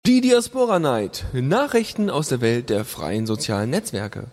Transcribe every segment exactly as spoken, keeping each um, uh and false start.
Die Diaspora Night. Nachrichten aus der Welt der freien sozialen Netzwerke.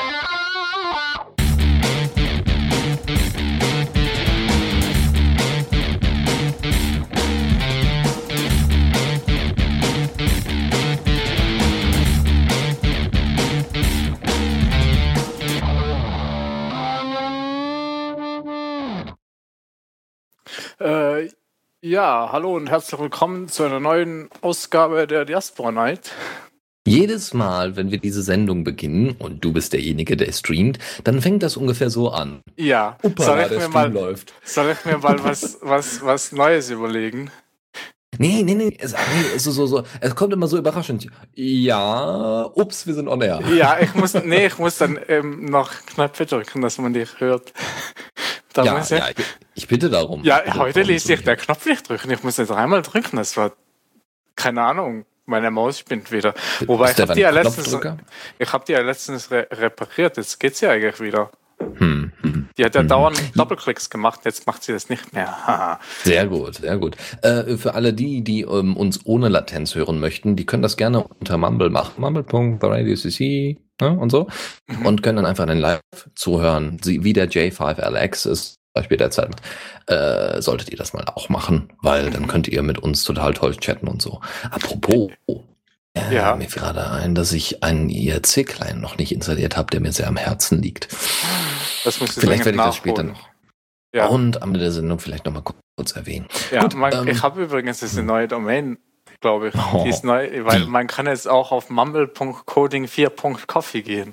Äh, ja, hallo und herzlich willkommen zu einer neuen Ausgabe der Diaspora Night. Jedes Mal, wenn wir diese Sendung beginnen und du bist derjenige, der streamt, dann fängt das ungefähr so an. Ja, Upala, soll ich der mir Stream mal, läuft. soll ich mir mal was, was, was Neues überlegen? Nee, nee, nee, es, nee so, so, so, es kommt immer so überraschend. Ja, ups, wir sind on air. Ja, ich muss, nee, ich muss dann ähm, noch Knöpfe drücken, dass man dich hört. Da Ja, muss ich, ja, ich, ich bitte darum. ja, Bitte heute darum, ließ sich so. der Knopf nicht drücken. Ich muss jetzt dreimal drücken. Das war, keine Ahnung, meine Maus spinnt wieder. Wobei, Ist ich der habe die ja ein letztens, Knopfdrücker? ich habe die ja letztens re repariert. Jetzt geht's ja eigentlich wieder. Hm, hm. Die hat ja Mhm. dauernd Doppelklicks gemacht, jetzt macht sie das nicht mehr. Haha. Sehr gut, sehr gut. Äh, für alle die, die ähm, uns ohne Latenz hören möchten, die können das gerne unter Mumble machen. Mumble Punkt radio punkt c c, ne, und so. Mhm. Und können dann einfach dann live zuhören, sie- wie der J fünf L X ist. Beispiel der Zeit, äh, solltet ihr das mal auch machen, weil dann könnt ihr mit uns total toll chatten und so. Apropos, äh, Ja. mir fiel gerade ein, dass ich einen I R C-Client noch nicht installiert habe, der mir sehr am Herzen liegt. Das musst du Vielleicht werde dringend ich das später nachholen. noch. Ja, Und am Ende der Sendung vielleicht noch mal kurz erwähnen. ja Gut, man, ähm, ich habe übrigens jetzt eine neue Domain, glaube ich. Oh, Die ist neu, weil wie? man kann jetzt auch auf mumble Punkt coding vier Punkt coffee gehen.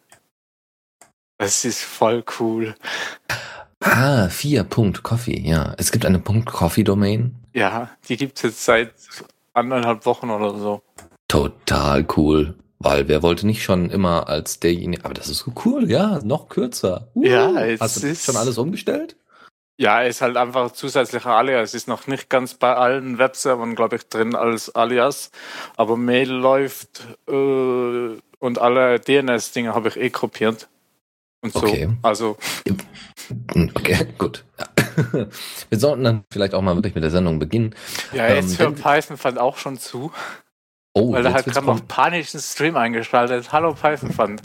Das ist voll cool. Ah, vier Punkt Coffee, ja. Es gibt eine Punkt Coffee-Domain. Ja, die gibt's jetzt seit anderthalb Wochen oder so. Total cool. Weil wer wollte nicht schon immer als derjenige, aber das ist so cool, ja, noch kürzer. Uh, Ja, es Hast du ist- schon alles umgestellt? Ja, ist halt einfach zusätzlicher Alias. Ist noch nicht ganz bei allen Webservern, glaube ich, drin als Alias. Aber Mail läuft äh, und alle D N S-Dinge habe ich eh kopiert. Und so. Okay. Also, Hm, Okay, gut. Ja. Wir sollten dann vielleicht auch mal wirklich mit der Sendung beginnen. ja, Ähm, jetzt wenn- hört Python Fund auch schon zu, Oh, weil er jetzt hat wird's gerade noch kommen. panischen Stream eingeschaltet. Hallo Python Fund.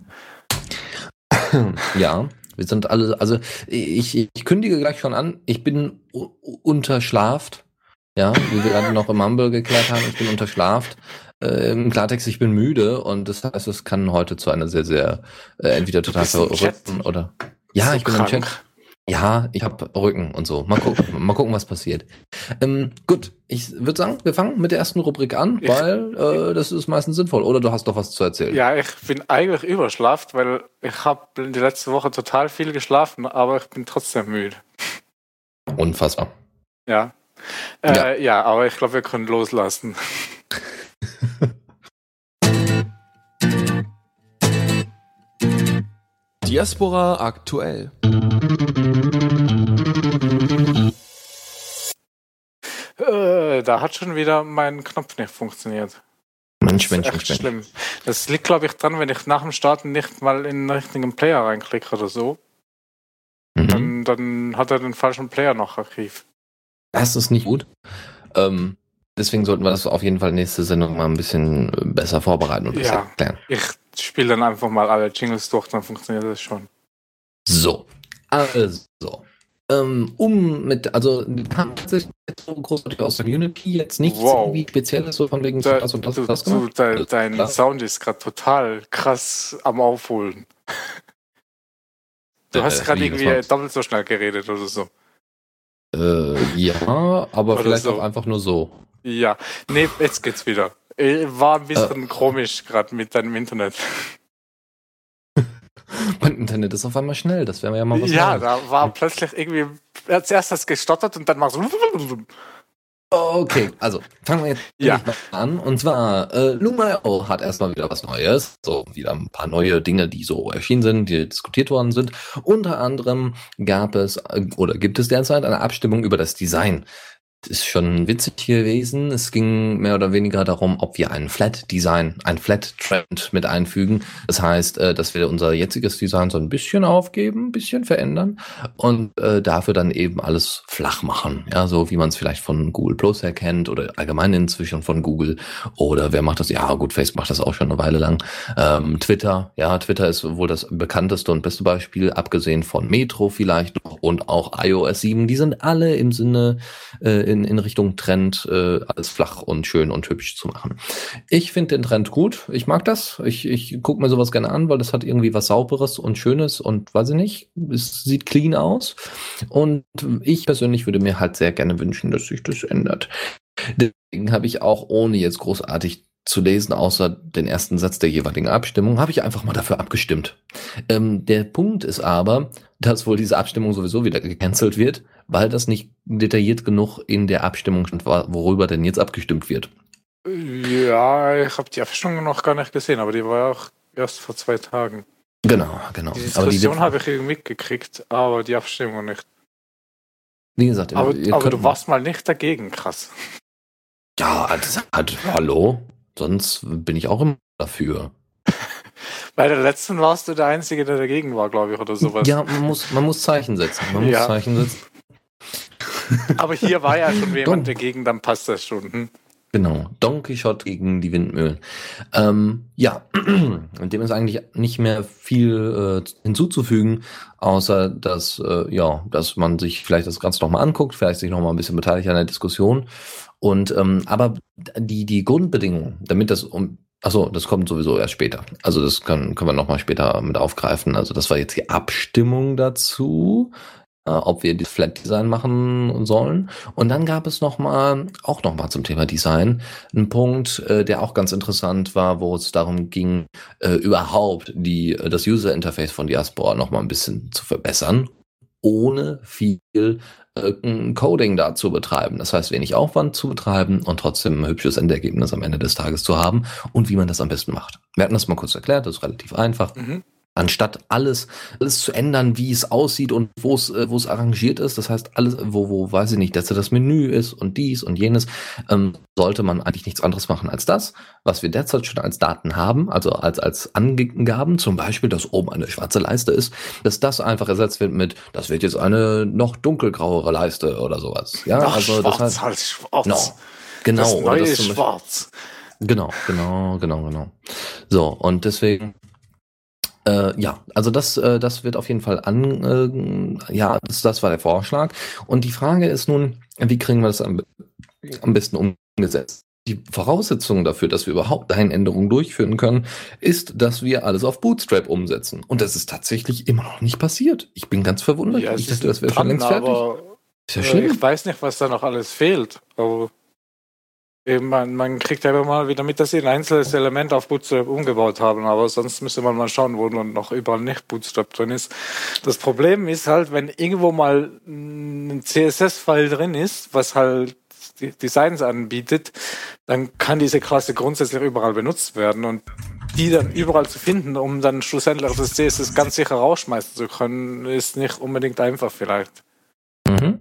Ja, wir sind alle, also ich, ich kündige gleich schon an, ich bin u- unterschlaft. Ja, wie wir gerade noch im Mumble geklärt haben, ich bin unterschlaft. Äh, Im Klartext, ich bin müde und das heißt, es kann heute zu einer sehr, sehr, äh, entweder total bist im verrückten Chat? oder. Ja, So ich bin krank. im Chat. Ja, ich habe Rücken und so. Mal gucken, mal gucken, was passiert. Ähm, gut, ich würde sagen, wir fangen mit der ersten Rubrik an, Ich- weil äh, das ist meistens sinnvoll. Oder du hast doch was zu erzählen. Ja, ich bin eigentlich überschlaft, weil ich habe die letzte Woche total viel geschlafen, aber ich bin trotzdem müde. Unfassbar. Ja. Äh, ja. aber ich glaube, wir können loslassen. Diaspora aktuell. Äh, da hat schon wieder mein Knopf nicht funktioniert. Mensch, Das Mensch, ist Mensch, echt Mensch. schlimm. Das liegt, glaube ich, dran, wenn ich nach dem Starten nicht mal in den richtigen Player reinklicke oder so. Mhm. Dann, dann hat er den falschen Player noch aktiv. Das ist nicht gut. Ähm, deswegen sollten wir das auf jeden Fall nächste Sendung mal ein bisschen äh, besser vorbereiten und besser Ja. erklären. Ich spiele dann einfach mal alle Jingles durch, dann funktioniert das schon. So, also, ähm, um mit, also kam tatsächlich jetzt so großartig aus der Community jetzt nichts Wow. irgendwie Spezielles, so von wegen Da, das und das du, und das du, gemacht. dein, Alles dein klar. Sound ist gerade total krass am Aufholen. Du Äh, hast gerade wie, irgendwie was war's? doppelt so schnell geredet oder so. Äh, ja, aber Oder vielleicht so. auch einfach nur so. Ja, nee, jetzt geht's wieder. Äh, War ein bisschen komisch gerade mit deinem Internet. Mein Internet ist auf einmal schnell, das wäre ja mal was Ja, Neues. da war plötzlich irgendwie, er hat zuerst das gestottert und dann war so. Okay, also fangen wir jetzt Ja. mal an. Und zwar, äh, Lumio hat erstmal wieder was Neues. So wieder ein paar neue Dinge, die so erschienen sind, die diskutiert worden sind. Unter anderem gab es äh, oder gibt es derzeit eine Abstimmung über das Design ist schon witzig gewesen. Es ging mehr oder weniger darum, ob wir ein Flat-Design, ein Flat-Trend mit einfügen. Das heißt, äh, dass wir unser jetziges Design so ein bisschen aufgeben, ein bisschen verändern und äh, dafür dann eben alles flach machen. Ja, so wie man es vielleicht von Google Plus her kennt oder allgemein inzwischen von Google. Oder wer macht das? Ja, gut, Facebook macht das auch schon eine Weile lang. Ähm, Twitter, ja, Twitter ist wohl das bekannteste und beste Beispiel, abgesehen von Metro vielleicht noch und auch i O S sieben. Die sind alle im Sinne äh, In, in Richtung Trend, äh, alles flach und schön und hübsch zu machen. Ich finde den Trend gut. Ich mag das. Ich, ich gucke mir sowas gerne an, weil das hat irgendwie was Sauberes und Schönes und weiß ich nicht, es sieht clean aus. Und ich persönlich würde mir halt sehr gerne wünschen, dass sich das ändert. Deswegen habe ich auch, ohne jetzt großartig zu lesen, außer den ersten Satz der jeweiligen Abstimmung, habe ich einfach mal dafür abgestimmt. Ähm, der Punkt ist aber, dass wohl diese Abstimmung sowieso wieder gecancelt wird, weil das nicht detailliert genug in der Abstimmung stand, worüber denn jetzt abgestimmt wird. Ja, ich habe die Abstimmung noch gar nicht gesehen, aber die war auch erst vor zwei Tagen. Genau, genau. Die Diskussion habe ich irgendwie mitgekriegt, aber die Abstimmung nicht. Wie gesagt, aber, aber du warst mal nicht dagegen, krass. Ja, das hat, hallo, sonst bin ich auch immer dafür. Bei der letzten warst du der Einzige, der dagegen war, glaube ich, oder sowas. Ja, man muss, man muss Zeichen setzen. Man muss ja. Zeichen setzen. Aber hier war ja schon jemand dagegen, dann passt das schon. Hm? Genau, Don Quixote gegen die Windmühlen. Ähm, ja, dem ist eigentlich nicht mehr viel äh, hinzuzufügen, außer dass, äh, ja, dass man sich vielleicht das Ganze nochmal anguckt, vielleicht sich nochmal ein bisschen beteiligt an der Diskussion. Und ähm, aber die die Grundbedingungen, damit das um Achso, das kommt sowieso erst später. Also das können, können wir nochmal später mit aufgreifen. Also das war jetzt die Abstimmung dazu, äh, ob wir das Flat Design machen sollen. Und dann gab es nochmal, auch nochmal zum Thema Design, einen Punkt, äh, der auch ganz interessant war, wo es darum ging, äh, überhaupt die das User Interface von Diaspora nochmal ein bisschen zu verbessern, ohne viel Coding da zu betreiben. Das heißt, wenig Aufwand zu betreiben und trotzdem ein hübsches Endergebnis am Ende des Tages zu haben und wie man das am besten macht. Wir hatten das mal kurz erklärt, das ist relativ einfach. Mhm. Anstatt alles, alles zu ändern, wie es aussieht und wo es, wo es arrangiert ist, das heißt alles, wo, wo, weiß ich nicht, dass das Menü ist und dies und jenes, ähm, sollte man eigentlich nichts anderes machen als das, was wir derzeit schon als Daten haben, also als, als Angaben, zum Beispiel, dass oben eine schwarze Leiste ist, dass das einfach ersetzt wird mit, das wird jetzt eine noch dunkelgrauere Leiste oder sowas. Ja, Ach, also schwarz, das heißt, halt schwarz. No, genau. Das neue oder das Schwarz. Genau, genau, genau, genau. So, und deswegen, Äh, ja, also das, äh, das wird auf jeden Fall an, äh, ja, das, das war der Vorschlag. Und die Frage ist nun, wie kriegen wir das am, am besten umgesetzt? Die Voraussetzung dafür, dass wir überhaupt eine Änderung durchführen können, ist, dass wir alles auf Bootstrap umsetzen. Und das ist tatsächlich immer noch nicht passiert. Ich bin ganz verwundert. Ja, ich dachte, das wäre schon längst fertig. Ist ja schlimm. Ich weiß nicht, was da noch alles fehlt, aber eben, man, man kriegt ja immer mal wieder mit, dass sie ein einzelnes Element auf Bootstrap umgebaut haben, aber sonst müsste man mal schauen, wo noch überall nicht Bootstrap drin ist. Das Problem ist halt, wenn irgendwo mal ein C S S-File drin ist, was halt die Designs anbietet, dann kann diese Klasse grundsätzlich überall benutzt werden und die dann überall zu finden, um dann schlussendlich das C S S ganz sicher rausschmeißen zu können, ist nicht unbedingt einfach vielleicht. Mhm.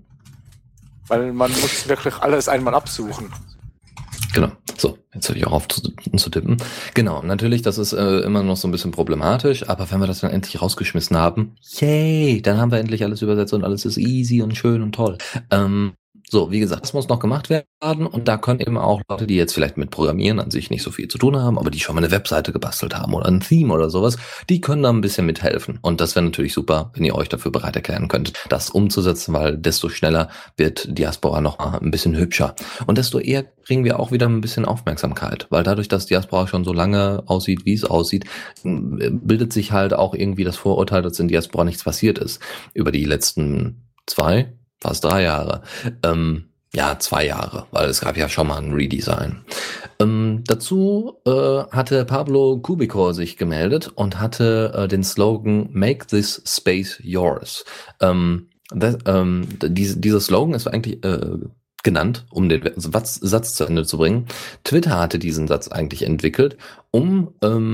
Weil man muss wirklich alles einmal absuchen. Genau. So, jetzt höre ich auch auf zu, zu tippen. Genau, natürlich, das ist äh, immer noch so ein bisschen problematisch, aber wenn wir das dann endlich rausgeschmissen haben, yay, dann haben wir endlich alles übersetzt und alles ist easy und schön und toll. Ähm, so, wie gesagt, das muss noch gemacht werden und da können eben auch Leute, die jetzt vielleicht mit Programmieren an sich nicht so viel zu tun haben, aber die schon mal eine Webseite gebastelt haben oder ein Theme oder sowas, die können da ein bisschen mithelfen. Und das wäre natürlich super, wenn ihr euch dafür bereit erklären könnt, das umzusetzen, weil desto schneller wird Diaspora noch mal ein bisschen hübscher. Und desto eher kriegen wir auch wieder ein bisschen Aufmerksamkeit, weil dadurch, dass Diaspora schon so lange aussieht, wie es aussieht, bildet sich halt auch irgendwie das Vorurteil, dass in Diaspora nichts passiert ist. Über die letzten zwei fast drei Jahre. Ähm, ja, zwei Jahre, weil es gab ja schon mal ein Redesign. Ähm, dazu äh, hatte Pablo Kubicor sich gemeldet und hatte äh, den Slogan Make this space yours. Ähm, das, ähm, diese, dieser Slogan ist eigentlich äh, genannt, um den Satz zu Ende zu bringen. Twitter hatte diesen Satz eigentlich entwickelt, um ähm,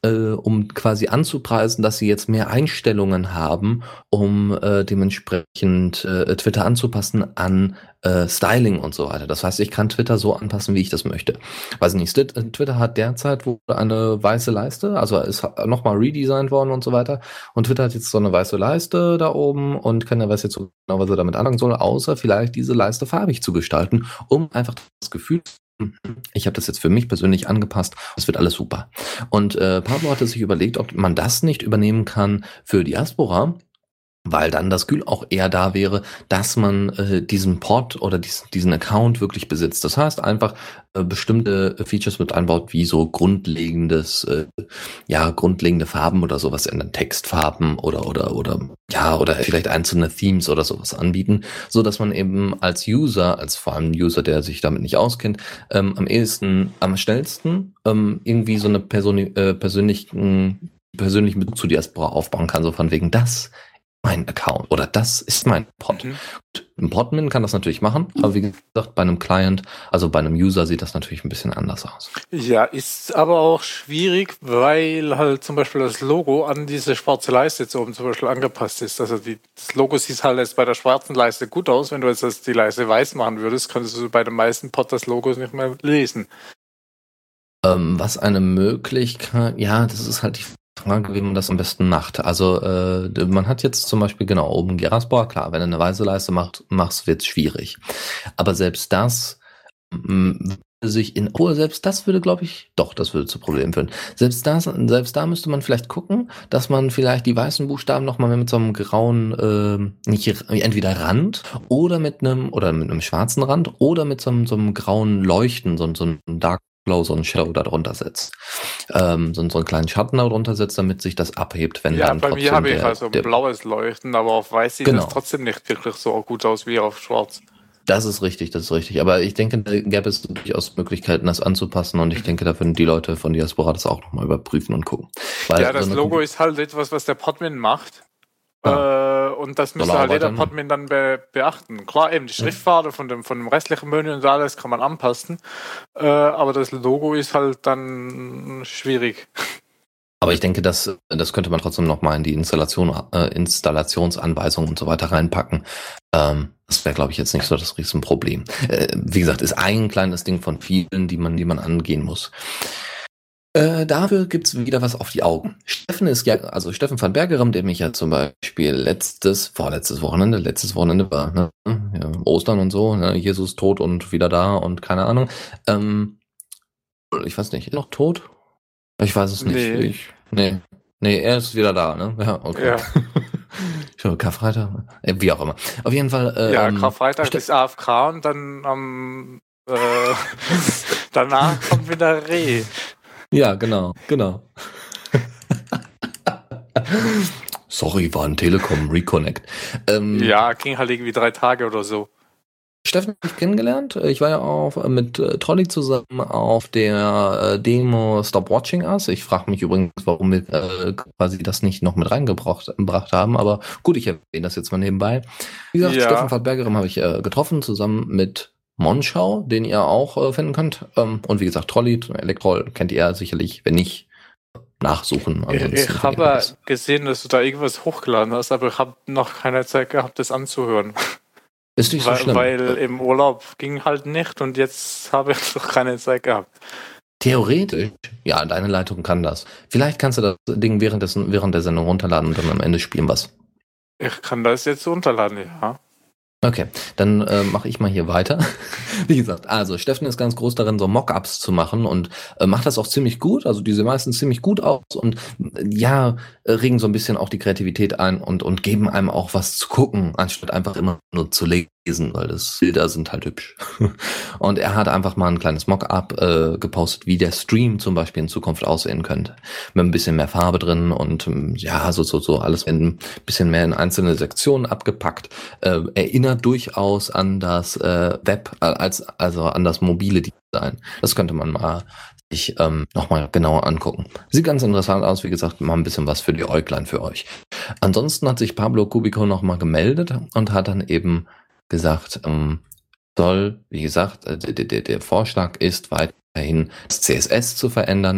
äh, um quasi anzupreisen, dass sie jetzt mehr Einstellungen haben, um äh, dementsprechend äh, Twitter anzupassen an äh, Styling und so weiter. Das heißt, ich kann Twitter so anpassen, wie ich das möchte. Weiß nicht, Twitter hat derzeit wohl eine weiße Leiste, also ist nochmal redesigned worden und so weiter. Und Twitter hat jetzt so eine weiße Leiste da oben und keiner weiß jetzt so genau, was er damit anfangen soll, außer vielleicht diese Leiste farbig zu gestalten, um einfach das Gefühl, ich habe das jetzt für mich persönlich angepasst, es wird alles super. Und äh, Pablo hatte sich überlegt, ob man das nicht übernehmen kann für Diaspora, weil dann das Gefühl auch eher da wäre, dass man äh, diesen Pod oder diesen, diesen Account wirklich besitzt. Das heißt einfach äh, bestimmte Features mit einbaut, wie so grundlegendes, äh, ja, grundlegende Farben oder sowas in den Textfarben oder oder oder ja oder vielleicht einzelne Themes oder sowas anbieten, so dass man eben als User, als vor allem User, der sich damit nicht auskennt, ähm, am ehesten, am schnellsten ähm, irgendwie so eine Person, äh, persönlichen persönlichen Bezug zu Diaspora aufbauen kann, so von wegen das mein Account oder das ist mein Pod. Mhm. Ein Podman kann das natürlich machen, aber wie gesagt, bei einem Client, also bei einem User sieht das natürlich ein bisschen anders aus. Ja, ist aber auch schwierig, weil halt zum Beispiel das Logo an diese schwarze Leiste jetzt oben zum Beispiel angepasst ist. Also die, das Logo sieht halt jetzt bei der schwarzen Leiste gut aus. Wenn du jetzt das, die Leiste weiß machen würdest, kannst du bei den meisten Pod das Logo nicht mehr lesen. Ähm, was eine Möglichkeit, ja, das ist halt die Frage, wie man das am besten macht. Also äh, man hat jetzt zum Beispiel genau oben Geraspor, klar, wenn du eine weiße Leiste macht, machst, wird's schwierig. Aber selbst das mh, würde sich in, oh, selbst das würde, glaube ich, doch, das würde zu Problemen führen. Selbst das, selbst da müsste man vielleicht gucken, dass man vielleicht die weißen Buchstaben nochmal mit so einem grauen, äh, nicht entweder Rand oder mit einem oder mit einem schwarzen Rand oder mit so einem, so einem grauen Leuchten, so, so einem Dark Glow, so ein Shadow da drunter setzt. Ähm, so, so einen kleinen Schatten da drunter setzt, damit sich das abhebt, wenn ja, dann bei trotzdem mir habe ich der, also ein der, blaues Leuchten, aber auf weiß sieht Genau. das trotzdem nicht wirklich so gut aus wie auf schwarz. Das ist richtig, das ist richtig. Aber ich denke, da gäbe es durchaus Möglichkeiten, das anzupassen und ich denke, da würden die Leute von Diaspora das auch nochmal überprüfen und gucken. Weil Ja, das so eine Logo Kom- ist halt etwas, was der Podman macht. Ja. Äh, und das Soll müsste er halt jeder arbeiten? Podman dann be beachten. Klar, eben die Schriftfarbe von dem, von dem restlichen Menü und alles kann man anpassen. Äh, aber das Logo ist halt dann schwierig. Aber ich denke, das, das könnte man trotzdem nochmal in die Installation, äh, Installationsanweisungen und so weiter reinpacken. Ähm, das wäre, glaube ich, jetzt nicht so das Riesenproblem. Äh, wie gesagt, ist ein kleines Ding von vielen, die man, die man angehen muss. Äh, dafür gibt's wieder was auf die Augen. Steffen ist ja, also Steffen van Bergerem, der mich ja zum Beispiel letztes, vorletztes Wochenende, letztes Wochenende war, ne, ja, Ostern und so, ne, Jesus tot und wieder da und keine Ahnung. Ähm, ich weiß nicht, ist er noch tot? Ich weiß es nicht. Nee. Ich, nee. Nee, er ist wieder da, ne? Ja, okay. Ja, Schon Karfreitag, äh, wie auch immer. Auf jeden Fall. Äh, ja ähm, Karfreitag Ste- ist A F K und dann am äh, danach kommt wieder Reh. Ja, genau, genau. Sorry, war ein Telekom Reconnect. Ähm, Ja, ging halt irgendwie drei Tage oder so. Steffen habe ich kennengelernt. Ich war ja auch mit äh, Trolli zusammen auf der äh, Demo Stop Watching Us. Ich frage mich übrigens, warum wir äh, quasi das nicht noch mit reingebracht gebracht haben. Aber gut, ich erwähne das jetzt mal nebenbei. Wie gesagt, Ja. Steffen van Bergerem habe ich äh, getroffen, zusammen mit Monschau, den ihr auch äh, finden könnt. Ähm, und wie gesagt, Trolli, Elektrol kennt ihr sicherlich, wenn nicht, nachsuchen. Ich, Ansonsten ich findet habe ihr das. gesehen, dass du da irgendwas hochgeladen hast, aber ich habe noch keine Zeit gehabt, das anzuhören. Ist nicht so Weil, schlimm. weil im Urlaub ging halt nicht und jetzt habe ich noch keine Zeit gehabt. Theoretisch, ja, deine Leitung kann das. Vielleicht kannst du das Ding während, des, während der Sendung runterladen und dann am Ende spielen was. Ich kann das jetzt runterladen, ja. Okay, dann äh, mache ich mal hier weiter. Wie gesagt, also Steffen ist ganz groß darin, so Mockups zu machen und äh, macht das auch ziemlich gut. Also diese meisten ziemlich gut aus und äh, ja, äh, regen so ein bisschen auch die Kreativität ein und und geben einem auch was zu gucken, anstatt einfach immer nur zu lesen, weil das Bilder sind halt hübsch. Und er hat einfach mal ein kleines Mockup äh, gepostet, wie der Stream zum Beispiel in Zukunft aussehen könnte, mit ein bisschen mehr Farbe drin und ähm, ja, so so so alles ein bisschen mehr in einzelne Sektionen abgepackt. Äh, erinnert durchaus an das äh, Web, äh, als also an das mobile Design. Das könnte man mal sich ähm, nochmal genauer angucken. Sieht ganz interessant aus, wie gesagt, mal ein bisschen was für die Äuglein für euch. Ansonsten hat sich Pablo Cubico nochmal gemeldet und hat dann eben gesagt, ähm, soll, wie gesagt, äh, der, der, der Vorschlag ist weiterhin das C S S zu verändern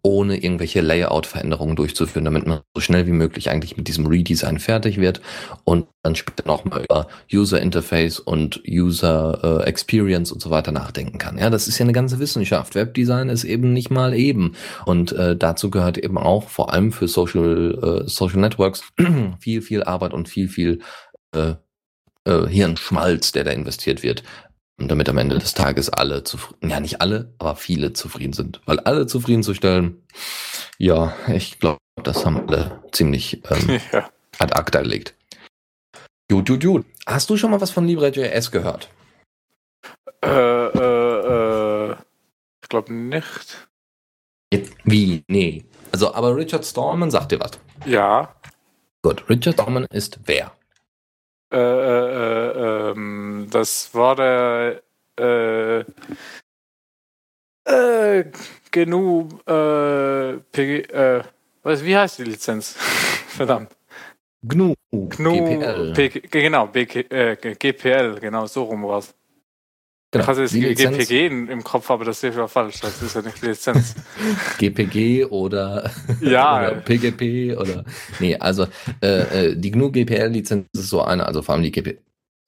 ohne irgendwelche Layout-Veränderungen durchzuführen, damit man so schnell wie möglich eigentlich mit diesem Redesign fertig wird und dann später nochmal über User Interface und User äh, Experience und so weiter nachdenken kann. Ja, das ist ja eine ganze Wissenschaft. Webdesign ist eben nicht mal eben. Und äh, dazu gehört eben auch vor allem für Social, äh, Social Networks viel, viel Arbeit und viel, viel äh, äh, Hirnschmalz, der da investiert wird. Und damit am Ende des Tages alle zufrieden, ja nicht alle, aber viele zufrieden sind. Weil alle zufriedenzustellen, ja, ich glaube, das haben alle ziemlich ähm, Ja. ad acta gelegt. Gut, gut, gut. Hast du schon mal was von Libre.js gehört? Äh, äh, äh, ich glaube nicht. Wie? Nee. Also, aber Richard Stallman sagt dir was. Ja. Gut, Richard Stallman ist wer? Äh, äh, ähm, das war der äh, äh, G N U äh, P G, äh, was, wie heißt die Lizenz? Verdammt. G N U, G N U, G P L. P G, genau, B G, äh, G P L, genau, so rum war's. Genau, Ich hatte jetzt die G Lizenz- P G in, im Kopf, aber das ist ja falsch, das ist ja nicht die Lizenz. G P G oder, Ja. oder P G P oder nee, also äh, äh, die G N U G P L-Lizenz ist so eine, also vor allem die G P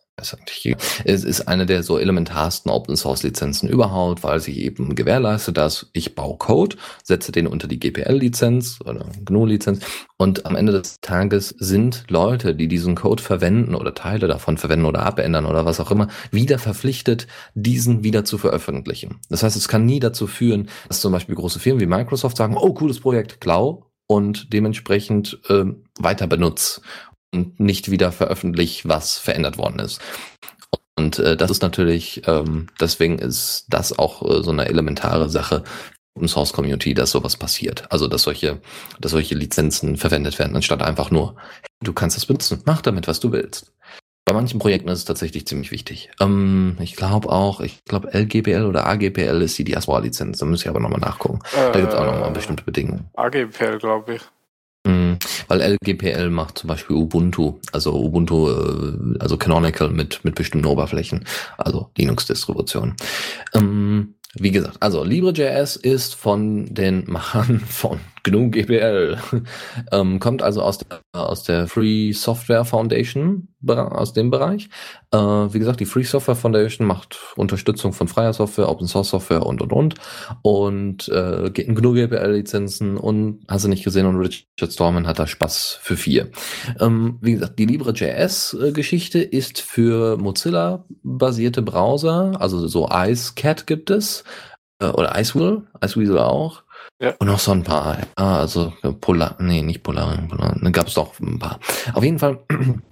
es ist eine der so elementarsten Open-Source-Lizenzen überhaupt, weil sie eben gewährleistet, dass ich baue Code, setze den unter die G P L-Lizenz oder G N U-Lizenz und am Ende des Tages sind Leute, die diesen Code verwenden oder Teile davon verwenden oder abändern oder was auch immer, wieder verpflichtet, diesen wieder zu veröffentlichen. Das heißt, es kann nie dazu führen, dass zum Beispiel große Firmen wie Microsoft sagen, oh, cooles Projekt, klau und dementsprechend äh, weiter benutzt. Und nicht wieder veröffentlicht, was verändert worden ist. Und äh, das ist natürlich, ähm, deswegen ist das auch äh, so eine elementare Sache im Source Community, dass sowas passiert. Also dass solche, dass solche Lizenzen verwendet werden, anstatt einfach nur, du kannst das benutzen, mach damit, was du willst. Bei manchen Projekten ist es tatsächlich ziemlich wichtig. Ähm, ich glaube auch, ich glaube L G P L oder A G P L ist die Diaspora-Lizenz, da muss ich aber nochmal nachgucken. Äh, Da gibt es auch nochmal bestimmte Bedingungen. A G P L, glaube ich. Mhm, weil L G P L macht zum Beispiel Ubuntu, also Ubuntu, äh, also Canonical mit mit bestimmten Oberflächen, also Linux-Distribution. Ähm, wie gesagt, also Libre.js ist von den Machern von G N U G P L, ähm, kommt also aus der, aus der Free Software Foundation, aus dem Bereich. Äh, wie gesagt, die Free Software Foundation macht Unterstützung von freier Software, Open Source Software und und und und äh, G N U G P L Lizenzen und hast du nicht gesehen und Richard Stallman hat da Spaß für vier. Ähm, wie gesagt, die Libre.js Geschichte ist für Mozilla basierte Browser, also so IceCat gibt es äh, oder Iceweasel, Iceweasel auch. Ja. Und noch so ein paar, ah, also Polar, nee, nicht Polar, Polar, da gab es doch ein paar. Auf jeden Fall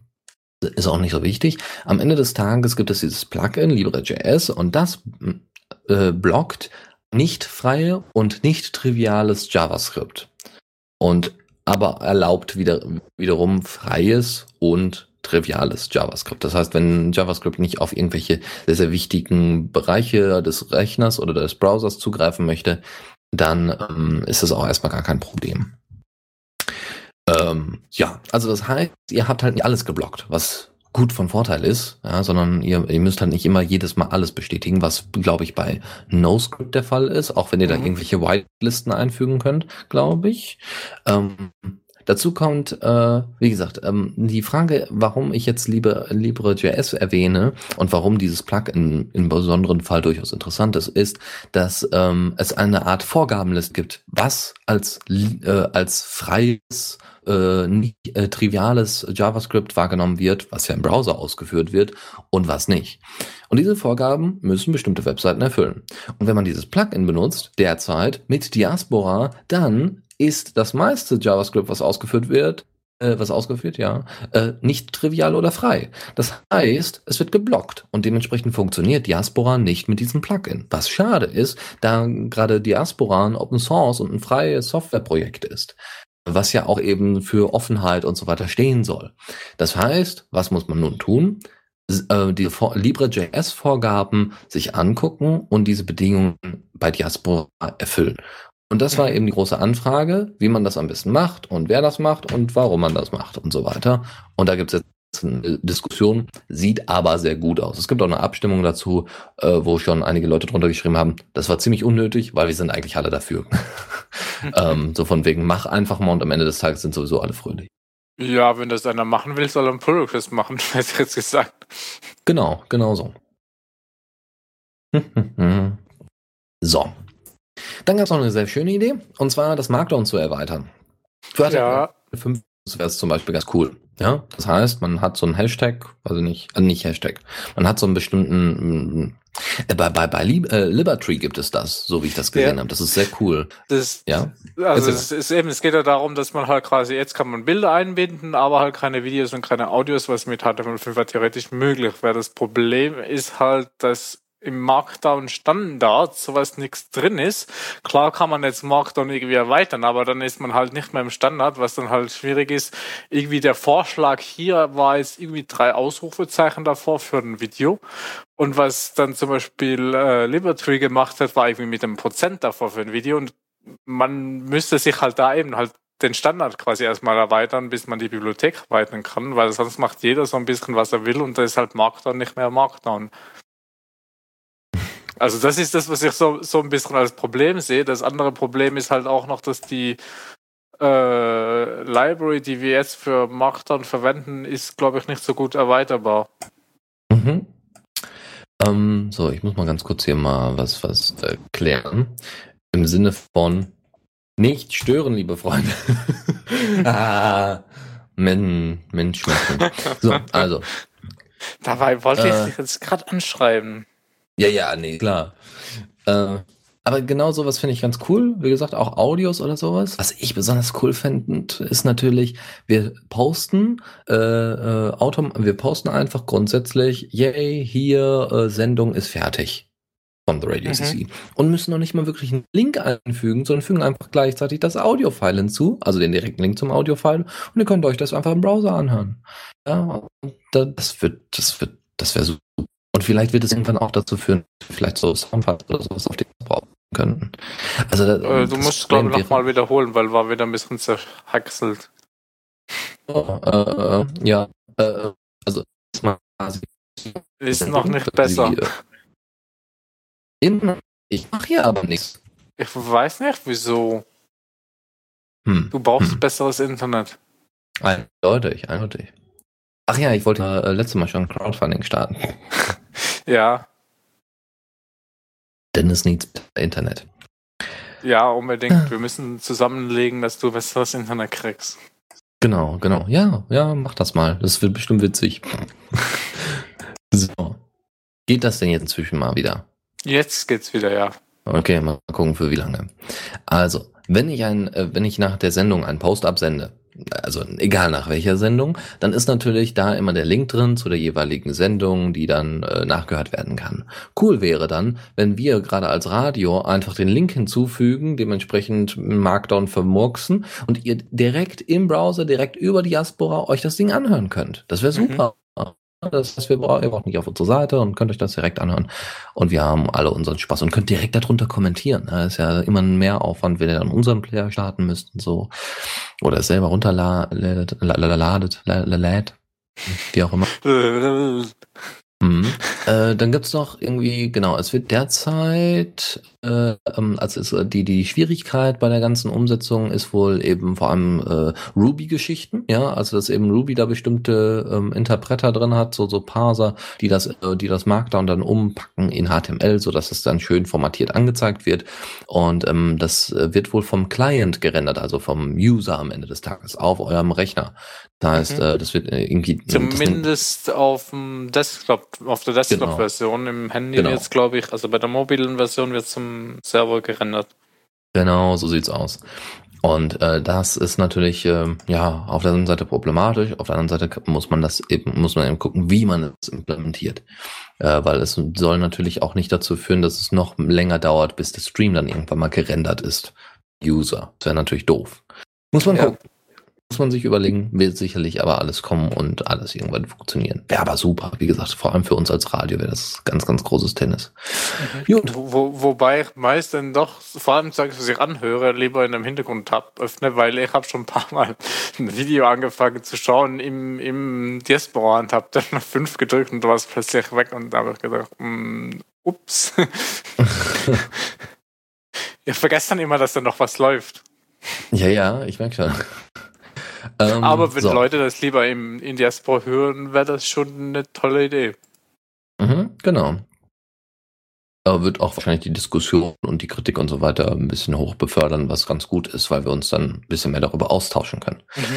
ist auch nicht so wichtig. Am Ende des Tages gibt es dieses Plugin Libre.js und das äh, blockt nicht freie und nicht triviales JavaScript und aber erlaubt wieder wiederum freies und triviales JavaScript. Das heißt, wenn JavaScript nicht auf irgendwelche sehr, sehr wichtigen Bereiche des Rechners oder des Browsers zugreifen möchte, dann ähm, ist das auch erstmal gar kein Problem. Ähm, ja, also das heißt, ihr habt halt nicht alles geblockt, was gut von Vorteil ist, ja, sondern ihr, ihr müsst halt nicht immer jedes Mal alles bestätigen, was, glaube ich, bei NoScript der Fall ist, auch wenn ihr da Mhm. irgendwelche Whitelisten einfügen könnt, glaube ich. Ähm, dazu kommt, äh, wie gesagt, ähm, die Frage, warum ich jetzt Libre, Libre.js erwähne und warum dieses Plugin im besonderen Fall durchaus interessant ist, ist, dass ähm, es eine Art Vorgabenlist gibt, was als, äh, als freies Äh, nicht äh, triviales JavaScript wahrgenommen wird, was ja im Browser ausgeführt wird und was nicht. Und diese Vorgaben müssen bestimmte Webseiten erfüllen. Und wenn man dieses Plugin benutzt, derzeit mit Diaspora, dann ist das meiste JavaScript, was ausgeführt wird, äh, was ausgeführt, ja, äh, nicht trivial oder frei. Das heißt, es wird geblockt und dementsprechend funktioniert Diaspora nicht mit diesem Plugin. Was schade ist, da gerade Diaspora ein Open Source und ein freies Softwareprojekt ist, was ja auch eben für Offenheit und so weiter stehen soll. Das heißt, was muss man nun tun? S- äh, Die Vor- Libre.js-Vorgaben sich angucken und diese Bedingungen bei Diaspora erfüllen. Und das war eben die große Anfrage, wie man das am besten macht und wer das macht und warum man das macht und so weiter. Und da gibt es jetzt eine Diskussion, sieht aber sehr gut aus. Es gibt auch eine Abstimmung dazu, äh, wo schon einige Leute drunter geschrieben haben, das war ziemlich unnötig, weil wir sind eigentlich alle dafür. ähm, so von wegen, mach einfach mal und am Ende des Tages sind sowieso alle fröhlich. Ja, wenn das einer machen will, soll er ein Pull-Request machen, hätte ich jetzt gesagt. Genau, genau so. So. Dann gab es noch eine sehr schöne Idee, und zwar das Markdown zu erweitern. Für Ja. fünf wäre es zum Beispiel ganz cool. Ja, das heißt, man hat so einen Hashtag, also nicht, also nicht Hashtag, man hat so einen bestimmten, äh, bei, bei, bei Lib äh, Libertree gibt es das, so wie ich das gesehen Ja. habe. Das ist sehr cool. Das, Ja. Also Erzähl. es ist eben, es geht ja darum, dass man halt quasi, jetzt kann man Bilder einbinden, aber halt keine Videos und keine Audios, was mit H T M L fünf theoretisch möglich wäre. Das Problem ist halt, dass im Markdown-Standard sowas nichts drin ist. Klar kann man jetzt Markdown irgendwie erweitern, aber dann ist man halt nicht mehr im Standard, was dann halt schwierig ist. Irgendwie der Vorschlag hier war jetzt irgendwie drei Ausrufezeichen davor für ein Video. Und was dann zum Beispiel äh, Libertree gemacht hat, war irgendwie mit einem Prozent davor für ein Video. Und man müsste sich halt da eben halt den Standard quasi erstmal erweitern, bis man die Bibliothek erweitern kann, weil sonst macht jeder so ein bisschen, was er will, und da ist halt Markdown nicht mehr Markdown. Also das ist das, was ich so, so ein bisschen als Problem sehe. Das andere Problem ist halt auch noch, dass die äh, Library, die wir jetzt für Markdown verwenden, ist, glaube ich, nicht so gut erweiterbar. Mhm. Ähm, so, ich muss mal ganz kurz hier mal was, was äh, klären. Im Sinne von nicht stören, liebe Freunde. ah, Men, Mensch, Mensch. So, also. Dabei wollte ich Äh, dich jetzt gerade anschreiben. Ja, ja, nee, klar. Äh, aber genau sowas finde ich ganz cool. Wie gesagt, auch Audios oder sowas. Was ich besonders cool fände, ist natürlich, wir posten, äh, äh, Autom wir posten einfach grundsätzlich, yay, hier, äh, Sendung ist fertig von The Radio C C. Mhm. Und müssen noch nicht mal wirklich einen Link einfügen, sondern fügen einfach gleichzeitig das Audio-File hinzu, also den direkten Link zum Audio-File, und ihr könnt euch das einfach im Browser anhören. Ja, das wird, das wird, das wäre super. Und vielleicht wird es irgendwann auch dazu führen, vielleicht so Soundpads oder sowas auf den brauchen könnten. Also, äh, du musst, glaube ich, nochmal wiederholen, weil war wieder ein bisschen zerhackselt. Oh, äh, ja, äh, also ist mal quasi. Ist noch nicht besser. Immer, ich mache hier aber nichts. Ich weiß nicht, wieso. Hm. Du brauchst hm. besseres Internet. Eindeutig, eindeutig. Ach ja, ich wollte äh, letztes Mal schon Crowdfunding starten. Ja. Dennis needs Internet. Ja, unbedingt. Wir müssen zusammenlegen, dass du besseres Internet kriegst. Genau, genau. Ja, ja, mach das mal. Das wird bestimmt witzig. So. Geht das denn jetzt inzwischen mal wieder? Jetzt geht's wieder, ja. Okay, mal gucken, für wie lange. Also, wenn ich ein, äh, wenn ich nach der Sendung einen Post absende, also egal nach welcher Sendung, dann ist natürlich da immer der Link drin zu der jeweiligen Sendung, die dann äh, nachgehört werden kann. Cool wäre dann, wenn wir gerade als Radio einfach den Link hinzufügen, dementsprechend Markdown vermurksen und ihr direkt im Browser, direkt über Diaspora euch das Ding anhören könnt. Das wäre super. Mhm. Das heißt, wir brauchen, ihr braucht nicht auf unsere Seite und könnt euch das direkt anhören. Und wir haben alle unseren Spaß und könnt direkt darunter kommentieren. Das ist ja immer ein Mehraufwand, wenn ihr dann unseren Player starten müsst und so. Oder es selber runterladet, ladet, lädt, wie auch immer. Mhm. Äh, dann gibt's noch irgendwie, genau, es wird derzeit, äh, also ist, die die Schwierigkeit bei der ganzen Umsetzung ist wohl eben vor allem äh, Ruby-Geschichten, ja, also dass eben Ruby da bestimmte ähm, Interpreter drin hat, so so Parser, die das, äh, die das Markdown dann umpacken in H T M L, so dass es dann schön formatiert angezeigt wird. Und ähm, das wird wohl vom Client gerendert, also vom User am Ende des Tages auf eurem Rechner. Das heißt, mhm. äh, das wird irgendwie zumindest das auf dem Desktop, auf der Desktop-Version, genau. Im Handy genau. Jetzt, glaube ich, also bei der mobilen Version wird zum Server gerendert. Genau, so sieht's aus. Und äh, das ist natürlich äh, ja auf der einen Seite problematisch, auf der anderen Seite muss man das eben, muss man eben gucken, wie man es implementiert. Äh, weil es soll natürlich auch nicht dazu führen, dass es noch länger dauert, bis der Stream dann irgendwann mal gerendert ist. User. Das wäre natürlich doof. Muss man ja. gucken. Muss man sich überlegen, wird sicherlich aber alles kommen und alles irgendwann funktionieren. Wäre aber super, wie gesagt, vor allem für uns als Radio wäre das ganz, ganz großes Tennis. Mhm. Gut. Wo, wobei ich meist dann doch, vor allem, sage ich, was ich anhöre, lieber in einem Hintergrund-Tab öffne, weil ich habe schon ein paar Mal ein Video angefangen zu schauen im, im Diaspora und habe dann fünf gedrückt und da war es plötzlich weg und da habe ich gedacht, mh, ups. Ich vergesse dann immer, dass da noch was läuft. Ja, ja, ich merke schon. ähm, Aber wenn so. Leute das lieber im, in Diaspora hören, wäre das schon eine tolle Idee. Mhm, genau. Aber wird auch wahrscheinlich die Diskussion und die Kritik und so weiter ein bisschen hoch befördern, was ganz gut ist, weil wir uns dann ein bisschen mehr darüber austauschen können. Mhm.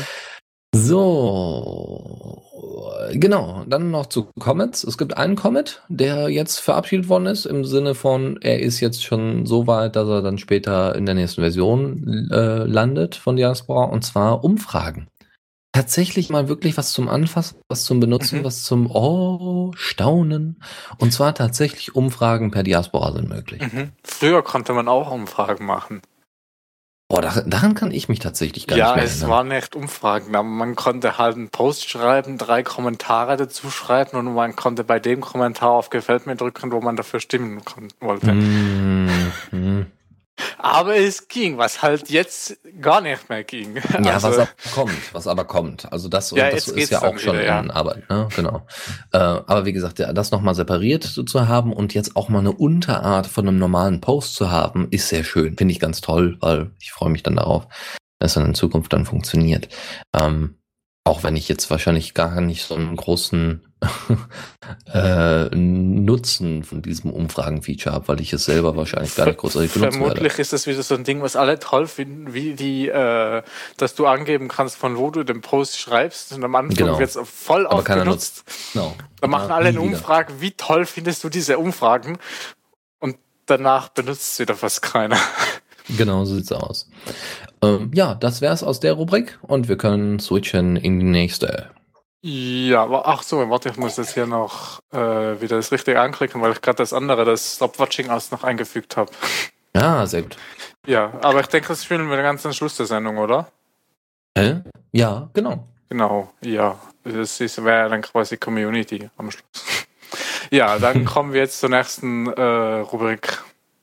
So, genau, dann noch zu Comments. Es gibt einen Comment, der jetzt verabschiedet worden ist, im Sinne von, er ist jetzt schon so weit, dass er dann später in der nächsten Version äh, landet von Diaspora, und zwar Umfragen. Tatsächlich mal wirklich was zum Anfassen, was zum Benutzen, Mhm. was zum Oh, Staunen. Und zwar tatsächlich Umfragen per Diaspora sind möglich. Mhm. Früher konnte man auch Umfragen machen. Boah, da, daran kann ich mich tatsächlich gar Ja, nicht mehr es erinnern. waren echt Umfragen, aber man konnte halt einen Post schreiben, drei Kommentare dazu schreiben und man konnte bei dem Kommentar auf Gefällt mir drücken, wo man dafür stimmen kon- wollte. Mm, mm. Aber es ging, was halt jetzt gar nicht mehr ging. Ja, Also, was aber kommt, was aber kommt. Also das, Ja, das jetzt ist geht's ja dann auch schon wieder, ja. in Arbeit, ne? Genau. Äh, aber wie gesagt, ja, das nochmal separiert so zu haben und jetzt auch mal eine Unterart von einem normalen Post zu haben, ist sehr schön. Finde ich ganz toll, weil ich freue mich dann darauf, dass dann in Zukunft dann funktioniert. Ähm, auch wenn ich jetzt wahrscheinlich gar nicht so einen großen äh, Nutzen von diesem Umfragen-Feature habe, weil ich es selber wahrscheinlich gar nicht großartig benutzen werde. Vermutlich ist das wieder so ein Ding, was alle toll finden, wie die, äh, dass du angeben kannst, von wo du den Post schreibst. Und am Anfang Genau. wird es voll Aber oft keiner genutzt. No. Da machen Ja, alle nie eine wieder. Umfrage, wie toll findest du diese Umfragen? Und danach benutzt es wieder fast keiner. Genau, so sieht's aus. Ähm, ja, das wär's aus der Rubrik und wir können switchen in die nächste. Ja, aber ach so, warte, ich muss jetzt hier noch äh, wieder das Richtige anklicken, weil ich gerade das andere, das Stopwatching aus noch eingefügt habe. Ja, sehr gut. Ja, aber ich denke, das spielen wir ganz am Schluss der Sendung, oder? Hä? Ja, genau. Genau, ja. Das ist- wäre dann quasi Community am Schluss. Ja, dann kommen wir jetzt zur nächsten äh, Rubrik.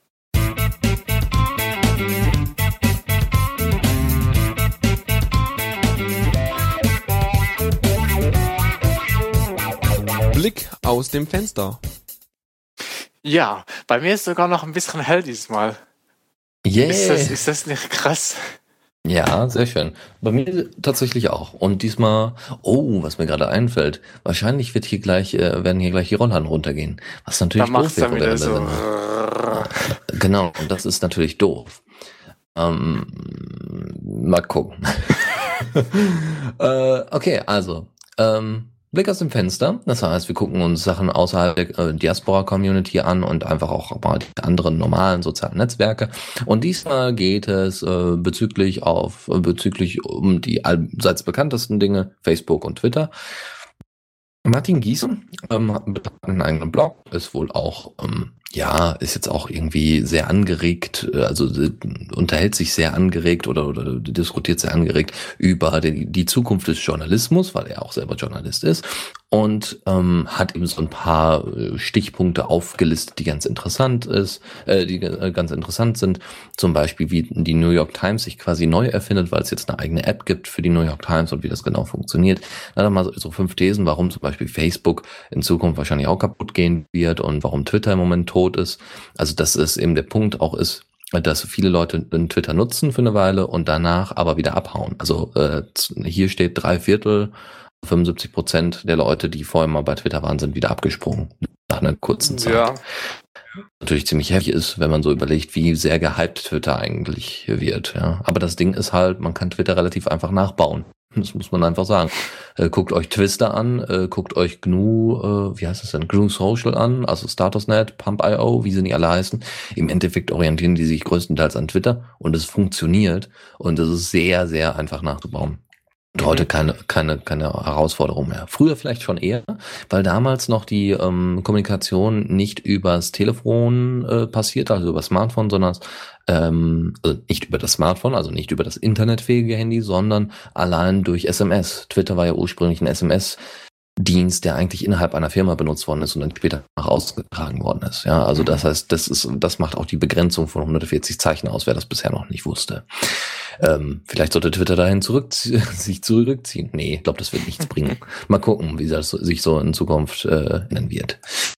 Blick aus dem Fenster. Ja, bei mir ist sogar noch ein bisschen hell diesmal. Yeah. Ist das, ist das nicht krass? Ja, sehr schön. Bei mir tatsächlich auch. Und diesmal, oh, was mir gerade einfällt, wahrscheinlich wird hier gleich, äh, werden hier gleich die Rollern runtergehen. Was natürlich Da macht's doof dann wäre. wieder so. Sendung. Genau, und das ist natürlich doof. Ähm, mal gucken. äh, okay, also, ähm, Blick aus dem Fenster. Das heißt, wir gucken uns Sachen außerhalb der äh, Diaspora-Community an und einfach auch mal die anderen normalen sozialen Netzwerke. Und diesmal geht es äh, bezüglich auf äh, bezüglich um die allseits bekanntesten Dinge, Facebook und Twitter. Martin Giesen ähm, hat einen eigenen Blog, ist wohl auch, ähm, ja, ist jetzt auch irgendwie sehr angeregt, äh, also äh, unterhält sich sehr angeregt oder, oder diskutiert sehr angeregt über die, die Zukunft des Journalismus, weil er auch selber Journalist ist, und ähm, hat eben so ein paar äh, Stichpunkte aufgelistet, die ganz interessant ist, äh, die äh, ganz interessant sind. Zum Beispiel, wie die New York Times sich quasi neu erfindet, weil es jetzt eine eigene App gibt für die New York Times und wie das genau funktioniert. Dann haben wir so, so fünf Thesen, warum zum Beispiel Facebook in Zukunft wahrscheinlich auch kaputt gehen wird und warum Twitter im Moment tot ist. Also dass es eben der Punkt auch ist, dass viele Leute den Twitter nutzen für eine Weile und danach aber wieder abhauen. Also äh, hier steht drei Viertel, fünfundsiebzig Prozent der Leute, die vorher mal bei Twitter waren, sind wieder abgesprungen nach einer kurzen Zeit. Ja. Natürlich ziemlich heftig ist, wenn man so überlegt, wie sehr gehypt Twitter eigentlich wird. Ja. Aber das Ding ist halt, man kann Twitter relativ einfach nachbauen. Das muss man einfach sagen. Äh, guckt euch Twister an, äh, guckt euch G N U, äh, wie heißt das denn, G N U Social an, also Statusnet, Pump Punkt io, wie sie nicht alle heißen. Im Endeffekt orientieren die sich größtenteils an Twitter und es funktioniert und es ist sehr, sehr einfach nachzubauen. Und heute keine, keine, keine Herausforderung mehr. Früher vielleicht schon eher, weil damals noch die ähm, Kommunikation nicht übers Telefon äh, passiert, also über Smartphone, sondern ähm, also nicht über das Smartphone, also nicht über das internetfähige Handy, sondern allein durch S M S. Twitter war ja ursprünglich ein S M S Dienst, der eigentlich innerhalb einer Firma benutzt worden ist und dann später nach ausgetragen worden ist. Ja, also das heißt, das ist, das macht auch die Begrenzung von hundertvierzig Zeichen aus, wer das bisher noch nicht wusste. Ähm, vielleicht sollte Twitter dahin zurück, sich zurückziehen. Nee, ich glaube, das wird nichts bringen. Mal gucken, wie das sich so in Zukunft äh, ändern wird.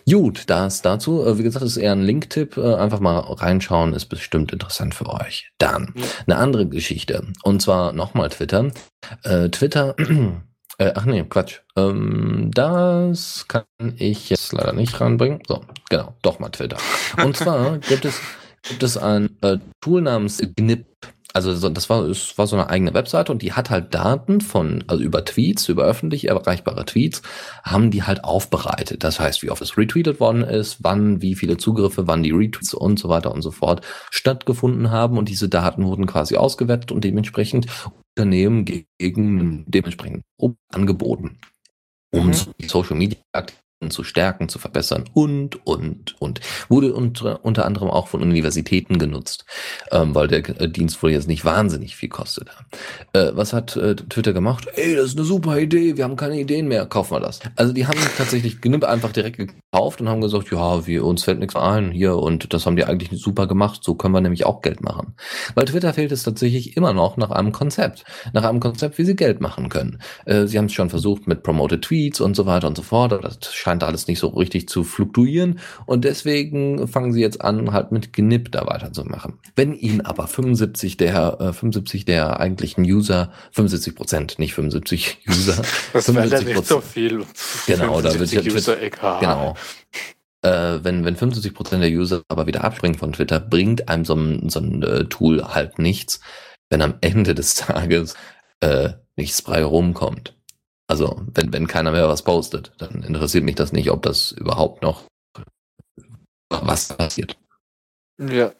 Gut, das dazu. Äh, Wie gesagt, das ist eher ein Link-Tipp. Äh, Einfach mal reinschauen, ist bestimmt interessant für euch. Dann Ja. eine andere Geschichte. Und zwar nochmal Twitter. Äh, Twitter, äh, ach nee, Quatsch. Ähm, das kann ich jetzt leider nicht ranbringen. So, genau, doch mal Twitter. Und zwar gibt es, gibt es ein äh, Tool namens G N I P. Also so, das war, es war so eine eigene Webseite und die hat halt Daten von, also über Tweets, über öffentlich erreichbare Tweets, haben die halt aufbereitet. Das heißt, wie oft es retweetet worden ist, wann, wie viele Zugriffe, wann die Retweets und so weiter und so fort stattgefunden haben. Und diese Daten wurden quasi ausgewertet und dementsprechend Unternehmen gegen dementsprechend angeboten, um Mhm. die Social Media Aktivitäten zu stärken, zu verbessern und, und, und. Wurde unter, unter anderem auch von Universitäten genutzt, ähm, weil der äh, Dienst wohl jetzt nicht wahnsinnig viel kostet. Äh, was hat äh, Twitter gemacht? Ey, das ist eine super Idee, wir haben keine Ideen mehr, kaufen wir das. Also die haben tatsächlich G N I P einfach direkt gekauft und haben gesagt, ja, wir, uns fällt nichts mehr ein hier und das haben die eigentlich super gemacht, so können wir nämlich auch Geld machen. Weil Twitter fehlt es tatsächlich immer noch nach einem Konzept, nach einem Konzept, wie sie Geld machen können. Äh, sie haben es schon versucht mit Promoted Tweets und so weiter und so fort, aber das scheint alles nicht so richtig zu fluktuieren und deswegen fangen sie jetzt an, halt mit G N I P da weiterzumachen. Wenn ihnen aber fünfundsiebzig der, äh, fünfundsiebzig der eigentlichen User, fünfundsiebzig Prozent, nicht fünfundsiebzig User, Das wäre ja nicht so viel. Genau, da wird, fünfundsiebzig wird, User, egal. genau. Äh, wenn, wenn fünfundsiebzig Prozent der User aber wieder abspringen von Twitter, bringt einem so ein, so ein äh, Tool halt nichts, wenn am Ende des Tages äh, nichts frei rumkommt. Also, wenn, wenn keiner mehr was postet, dann interessiert mich das nicht, ob das überhaupt noch was passiert. Ja.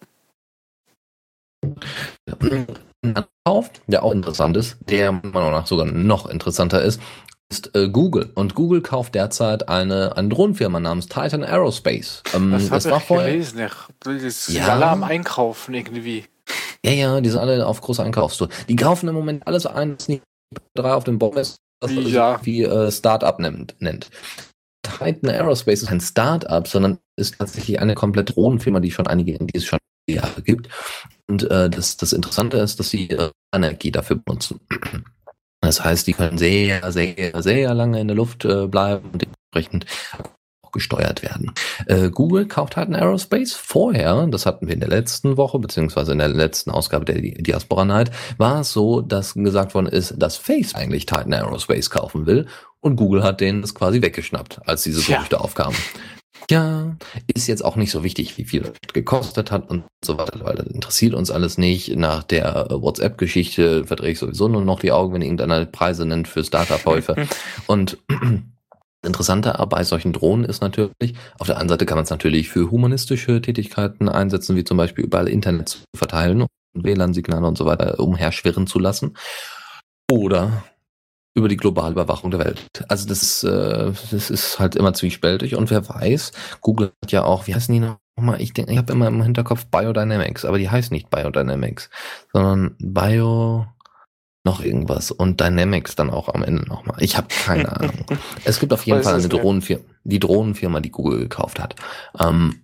Ein Kauf, der auch interessant ist, der meiner Meinung nach sogar noch interessanter ist, ist äh, Google. Und Google kauft derzeit eine, eine Drohnenfirma namens Titan Aerospace. Ähm, Das das habe war ich vorher, gelesen. Ich, das sind Ja. alle am Einkaufen irgendwie. Ja, ja, die sind alle auf große Einkaufstour. Die kaufen im Moment alles ein, was nicht drei auf dem Baum ist, was man Ja. wie äh, Start-up nennt, nennt. Titan Aerospace ist kein Start-up, sondern ist tatsächlich eine komplette Drohnenfirma, die schon einige, die es schon Jahre gibt. Und äh, das, das Interessante ist, dass sie äh, Energie dafür benutzen. Das heißt, die können sehr, sehr, sehr lange in der Luft äh, bleiben und dementsprechend auch gesteuert werden. Äh, Google kauft halt einen Aerospace. Vorher, das hatten wir in der letzten Woche, beziehungsweise in der letzten Ausgabe der Di- Diaspora Night, war es so, dass gesagt worden ist, dass Face eigentlich Titan Aerospace kaufen will und Google hat denen das quasi weggeschnappt, als diese Tja. Gerüchte aufkamen. Ja, ist jetzt auch nicht so wichtig, wie viel das gekostet hat und so weiter, weil das interessiert uns alles nicht. Nach der äh, WhatsApp-Geschichte verdrehe ich sowieso nur noch die Augen, wenn irgendeiner Preise nennt für Startup-Käufe. Und das Interessante bei solchen Drohnen ist natürlich, auf der einen Seite kann man es natürlich für humanistische Tätigkeiten einsetzen, wie zum Beispiel überall Internet zu verteilen und W L A N-Signale und so weiter umherschwirren zu lassen. Oder über die globale Überwachung der Welt. Also das ist, äh, das ist halt immer zwiespältig und wer weiß, Google hat ja auch, wie heißen die nochmal? Ich denke, ich habe immer im Hinterkopf Biodynamics, aber die heißt nicht Biodynamics, sondern Bio noch irgendwas und Dynamics dann auch am Ende nochmal. Ich habe keine Ahnung. Es gibt auf jeden Weiß Fall es eine nicht. Drohnenfirma, die Drohnenfirma, die Google gekauft hat. Ähm,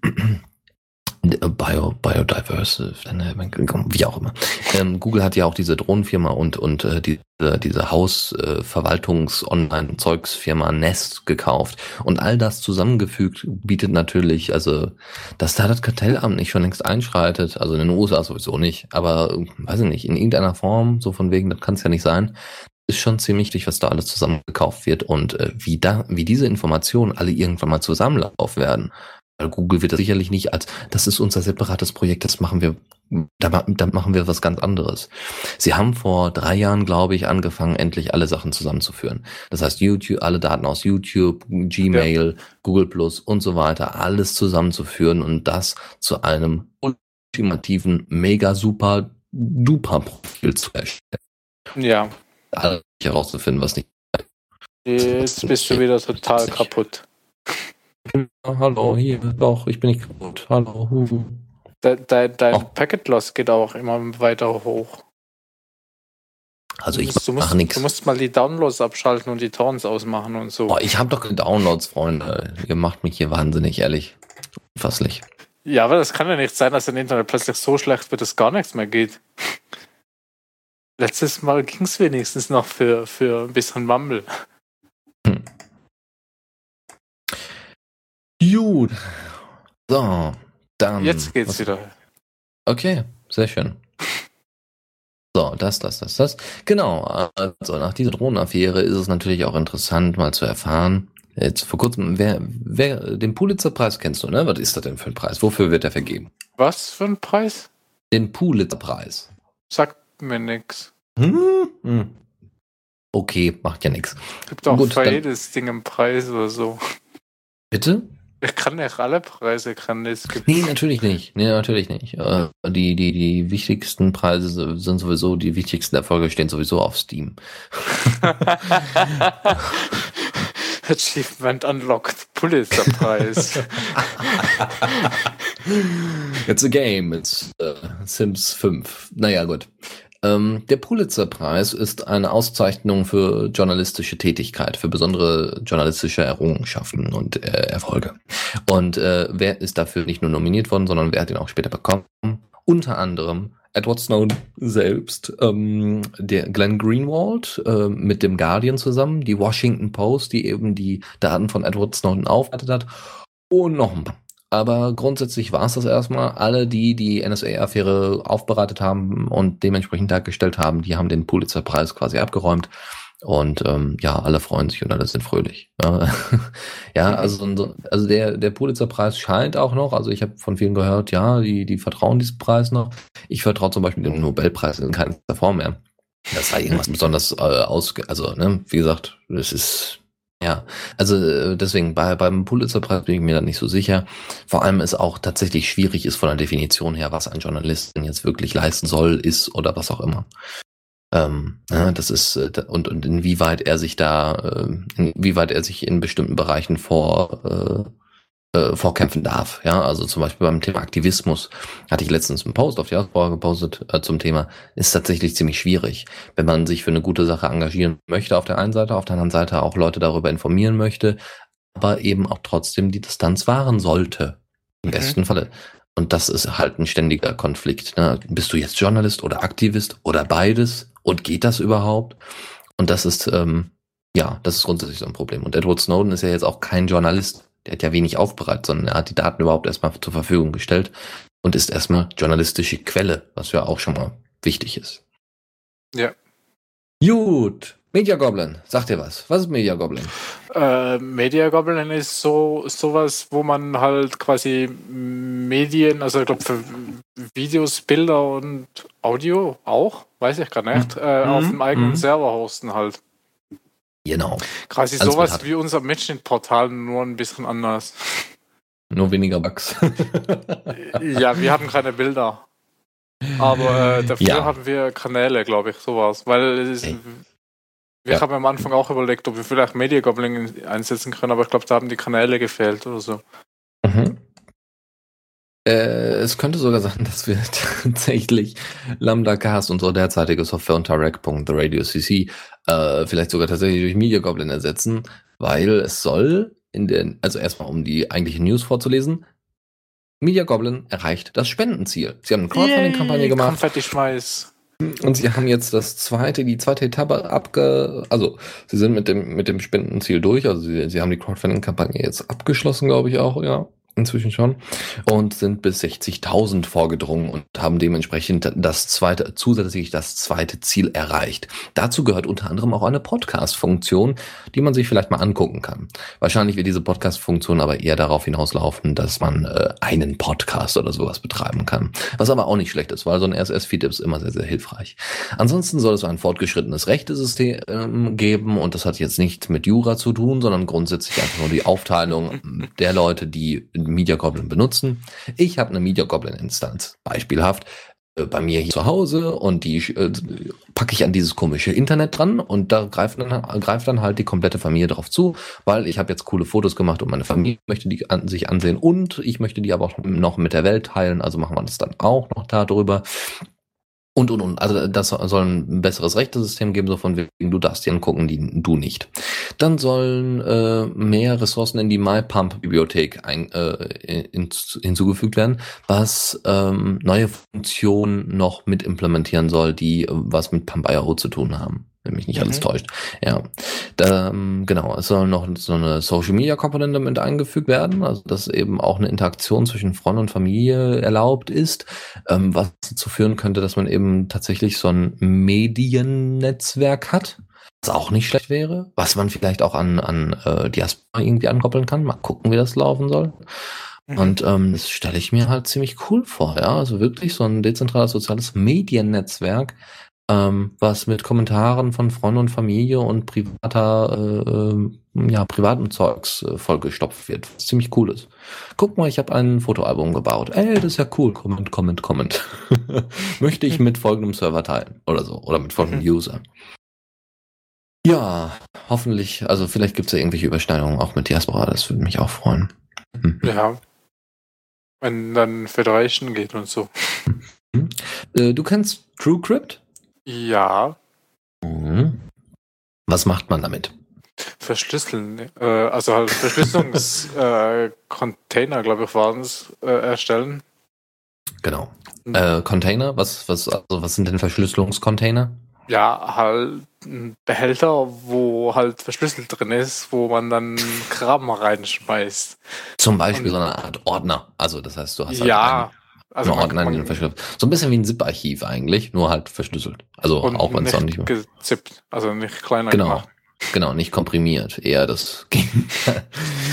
Bio, Biodiverse, wie auch immer. Ähm, Google hat ja auch diese Drohnenfirma und und äh, diese diese Hausverwaltungs-Online-Zeugsfirma Nest gekauft und all das zusammengefügt bietet natürlich, also dass da das Kartellamt nicht schon längst einschreitet, also in den U S A sowieso nicht, aber äh, weiß ich nicht, in irgendeiner Form, so von wegen, das kann es ja nicht sein, ist schon ziemlich wichtig, was da alles zusammengekauft wird und äh, wie da, wie diese Informationen alle irgendwann mal zusammenlaufen werden. Weil Google wird das sicherlich nicht als, das ist unser separates Projekt, das machen wir, da, da machen wir was ganz anderes. Sie haben vor drei Jahren, glaube ich, angefangen, endlich alle Sachen zusammenzuführen. Das heißt, YouTube, alle Daten aus YouTube, Gmail, Google Plus und so weiter, alles zusammenzuführen und das zu einem ultimativen, mega super duper Profil zu erstellen. Ja. Alles herauszufinden, was nicht. Jetzt bist du wieder total kaputt. Hallo, hier, doch, ich bin nicht kaputt. Hallo. Huhu. De, de, dein Oh. Packet Loss geht auch immer weiter hoch. Also Du ich musst, du musst, mache nichts. Du musst mal die Downloads abschalten und die Torrents ausmachen und so. Oh, ich habe doch keine Downloads, Freunde. Ihr macht mich hier wahnsinnig, ehrlich. Unfasslich. Ja, aber das kann ja nicht sein, dass dein Internet plötzlich so schlecht wird, dass gar nichts mehr geht. Letztes Mal ging es wenigstens noch für, für ein bisschen Mumble. Gut. Gut. So, dann. Jetzt geht's was, wieder. Okay, sehr schön. So, das, das, das, das. Genau, also nach dieser Drohnenaffäre ist es natürlich auch interessant, mal zu erfahren. Jetzt vor kurzem, wer, wer, den Pulitzer-Preis kennst du, ne? Was ist das denn für ein Preis? Wofür wird der vergeben? Was für ein Preis? Den Pulitzer-Preis. Sagt mir nix. Hm? Hm. Okay, macht ja nichts. Gibt auch Gut, für dann- jedes Ding einen Preis oder so. Bitte? Ich kann nicht alle Preise kann es gibt. Nee, natürlich nicht. Nee, natürlich nicht. Äh, Die, die, die wichtigsten Preise sind sowieso, die wichtigsten Erfolge stehen sowieso auf Steam. Achievement unlocked. Pulitzer-Preis. It's a game, it's uh, Sims fünf. Naja, gut. Ähm, der Pulitzer-Preis ist eine Auszeichnung für journalistische Tätigkeit, für besondere journalistische Errungenschaften und äh, Erfolge. Und äh, wer ist dafür nicht nur nominiert worden, sondern wer hat ihn auch später bekommen? Unter anderem Edward Snowden selbst, ähm, der Glenn Greenwald äh, mit dem Guardian zusammen, die Washington Post, die eben die Daten von Edward Snowden aufbereitet hat, und noch ein paar. Aber grundsätzlich war es das erstmal. Alle, die die N S A-Affäre aufbereitet haben und dementsprechend dargestellt haben, die haben den Pulitzer-Preis quasi abgeräumt. Und ähm, ja, alle freuen sich und alle sind fröhlich. Ja, ja, also, also der, der Pulitzer-Preis scheint auch noch, also ich habe von vielen gehört, ja, die, die vertrauen diesem Preis noch. Ich vertraue zum Beispiel dem Nobelpreis in keiner Form mehr. Das sei irgendwas besonders äh, aus, also ne, wie gesagt, das ist... Ja, also äh, deswegen bei beim Pulitzer-Preis bin ich mir da nicht so sicher. Vor allem ist auch tatsächlich schwierig ist von der Definition her, was ein Journalist denn jetzt wirklich leisten soll, ist oder was auch immer. Ähm, ja, das ist äh, und und inwieweit er sich da, äh, inwieweit er sich in bestimmten Bereichen vor äh, äh, vorkämpfen darf. Ja, also zum Beispiel beim Thema Aktivismus hatte ich letztens einen Post auf die Ausbauer gepostet äh, zum Thema. Ist tatsächlich ziemlich schwierig, wenn man sich für eine gute Sache engagieren möchte auf der einen Seite, auf der anderen Seite auch Leute darüber informieren möchte, aber eben auch trotzdem die Distanz wahren sollte. Im Mhm. besten Falle. Und das ist halt ein ständiger Konflikt. Ne? Bist du jetzt Journalist oder Aktivist oder beides? Und geht das überhaupt? Und das ist, ähm, ja, das ist grundsätzlich so ein Problem. Und Edward Snowden ist ja jetzt auch kein Journalist. Der hat ja wenig aufbereitet, sondern er hat die Daten überhaupt erstmal zur Verfügung gestellt und ist erstmal journalistische Quelle, was ja auch schon mal wichtig ist. Ja. Gut. Media Goblin, sag dir was. Was ist Media Goblin? Äh, Media Goblin ist so sowas, wo man halt quasi Medien, also ich glaube für Videos, Bilder und Audio auch, weiß ich gar nicht, äh, Mhm. auf dem eigenen Mhm. Server hosten halt. Genau. Quasi Alles sowas mit wie unser Mitschnittportal, nur ein bisschen anders. Nur weniger Bugs. Ja, wir haben keine Bilder. Aber äh, dafür Ja. haben wir Kanäle, glaube ich, sowas. Weil es ist, Hey. wir Ja. haben am Anfang auch überlegt, ob wir vielleicht Media Goblin einsetzen können, aber ich glaube, da haben die Kanäle gefehlt oder so. Mhm. Äh, es könnte sogar sein, dass wir tatsächlich Lambda Cast, unsere derzeitige Software unter rec.the-radio punkt c c, äh, vielleicht sogar tatsächlich durch Media Goblin ersetzen, weil es soll in den, also erstmal um die eigentliche News vorzulesen, Media Goblin erreicht das Spendenziel. Sie haben eine Crowdfunding-Kampagne Yay, gemacht Konfetti-Schmeiß. und sie haben jetzt das zweite, die zweite Etappe abge, also sie sind mit dem, mit dem Spendenziel durch, also sie, sie haben die Crowdfunding-Kampagne jetzt abgeschlossen, glaube ich auch, ja. Inzwischen schon. Und sind bis sechzigtausend vorgedrungen und haben dementsprechend das zweite, zusätzlich das zweite Ziel erreicht. Dazu gehört unter anderem auch eine Podcast-Funktion, die man sich vielleicht mal angucken kann. Wahrscheinlich wird diese Podcast-Funktion aber eher darauf hinauslaufen, dass man äh, einen Podcast oder sowas betreiben kann. Was aber auch nicht schlecht ist, weil so ein R S S-Feed ist immer sehr, sehr hilfreich. Ansonsten soll es ein fortgeschrittenes Rechtesystem ähm, geben und das hat jetzt nicht mit Jura zu tun, sondern grundsätzlich einfach nur die Aufteilung der Leute, die Media Goblin benutzen. Ich habe eine Media Goblin Instanz, beispielhaft äh, bei mir hier zu Hause und die äh, packe ich an dieses komische Internet dran und da greift dann, greift dann halt die komplette Familie drauf zu, weil ich habe jetzt coole Fotos gemacht und meine Familie möchte die an sich ansehen und ich möchte die aber auch noch mit der Welt teilen, also machen wir das dann auch noch darüber. Und, und, und. Also das soll ein besseres Rechtesystem geben, so von wegen, du darfst dir angucken, die, du nicht. Dann sollen äh, mehr Ressourcen in die MyPump-Bibliothek ein, äh, in, hinzugefügt werden, was ähm, neue Funktionen noch mit implementieren soll, die äh, was mit Pump Punkt i o zu tun haben, wenn mich nicht alles Mhm. täuscht. Ja, da, ähm, genau, es soll noch so eine Social-Media-Komponente mit eingefügt werden, also dass eben auch eine Interaktion zwischen Freund und Familie erlaubt ist, ähm, was dazu führen könnte, dass man eben tatsächlich so ein Mediennetzwerk hat, was auch nicht schlecht wäre, was man vielleicht auch an, an äh, Diaspora irgendwie ankoppeln kann. Mal gucken, wie das laufen soll. Mhm. Und ähm, das stelle ich mir halt ziemlich cool vor, ja. Also wirklich so ein dezentrales soziales Mediennetzwerk, ähm, was mit Kommentaren von Freunden und Familie und privater, äh, ähm, ja, privatem Zeugs äh, vollgestopft wird, was ziemlich cool ist. Guck mal, ich habe ein Fotoalbum gebaut. Ey, das ist ja cool. Comment, comment, comment. Möchte ich mit folgendem Server teilen oder so. Oder mit folgendem Mhm. User. Ja, hoffentlich, also vielleicht gibt's ja irgendwelche Überschneidungen auch mit Diaspora, das würde mich auch freuen. Mhm. Ja. Wenn dann Federation geht und so. Äh, du kennst TrueCrypt? Ja, Mhm. Was macht man damit? verschlüsseln. Äh, also halt Verschlüsselungscontainer, äh, Container, glaube ich, waren es, äh, erstellen. Genau. Äh, Container, was, was, also was sind denn Verschlüsselungscontainer? Ja, halt ein Behälter, wo halt verschlüsselt drin ist, wo man dann Kram reinschmeißt. Zum Beispiel Und- so eine Art Ordner. Also das heißt, du hast halt Ja, einen, also einen man, Ordner, in den man, verschlüsselt. So ein bisschen wie ein ZIP-Archiv eigentlich, nur halt verschlüsselt. Also und auch wenn es auch nicht nicht mehr. gezippt, also nicht kleiner Genau. gemacht. Genau, nicht komprimiert, eher das Gegenteil.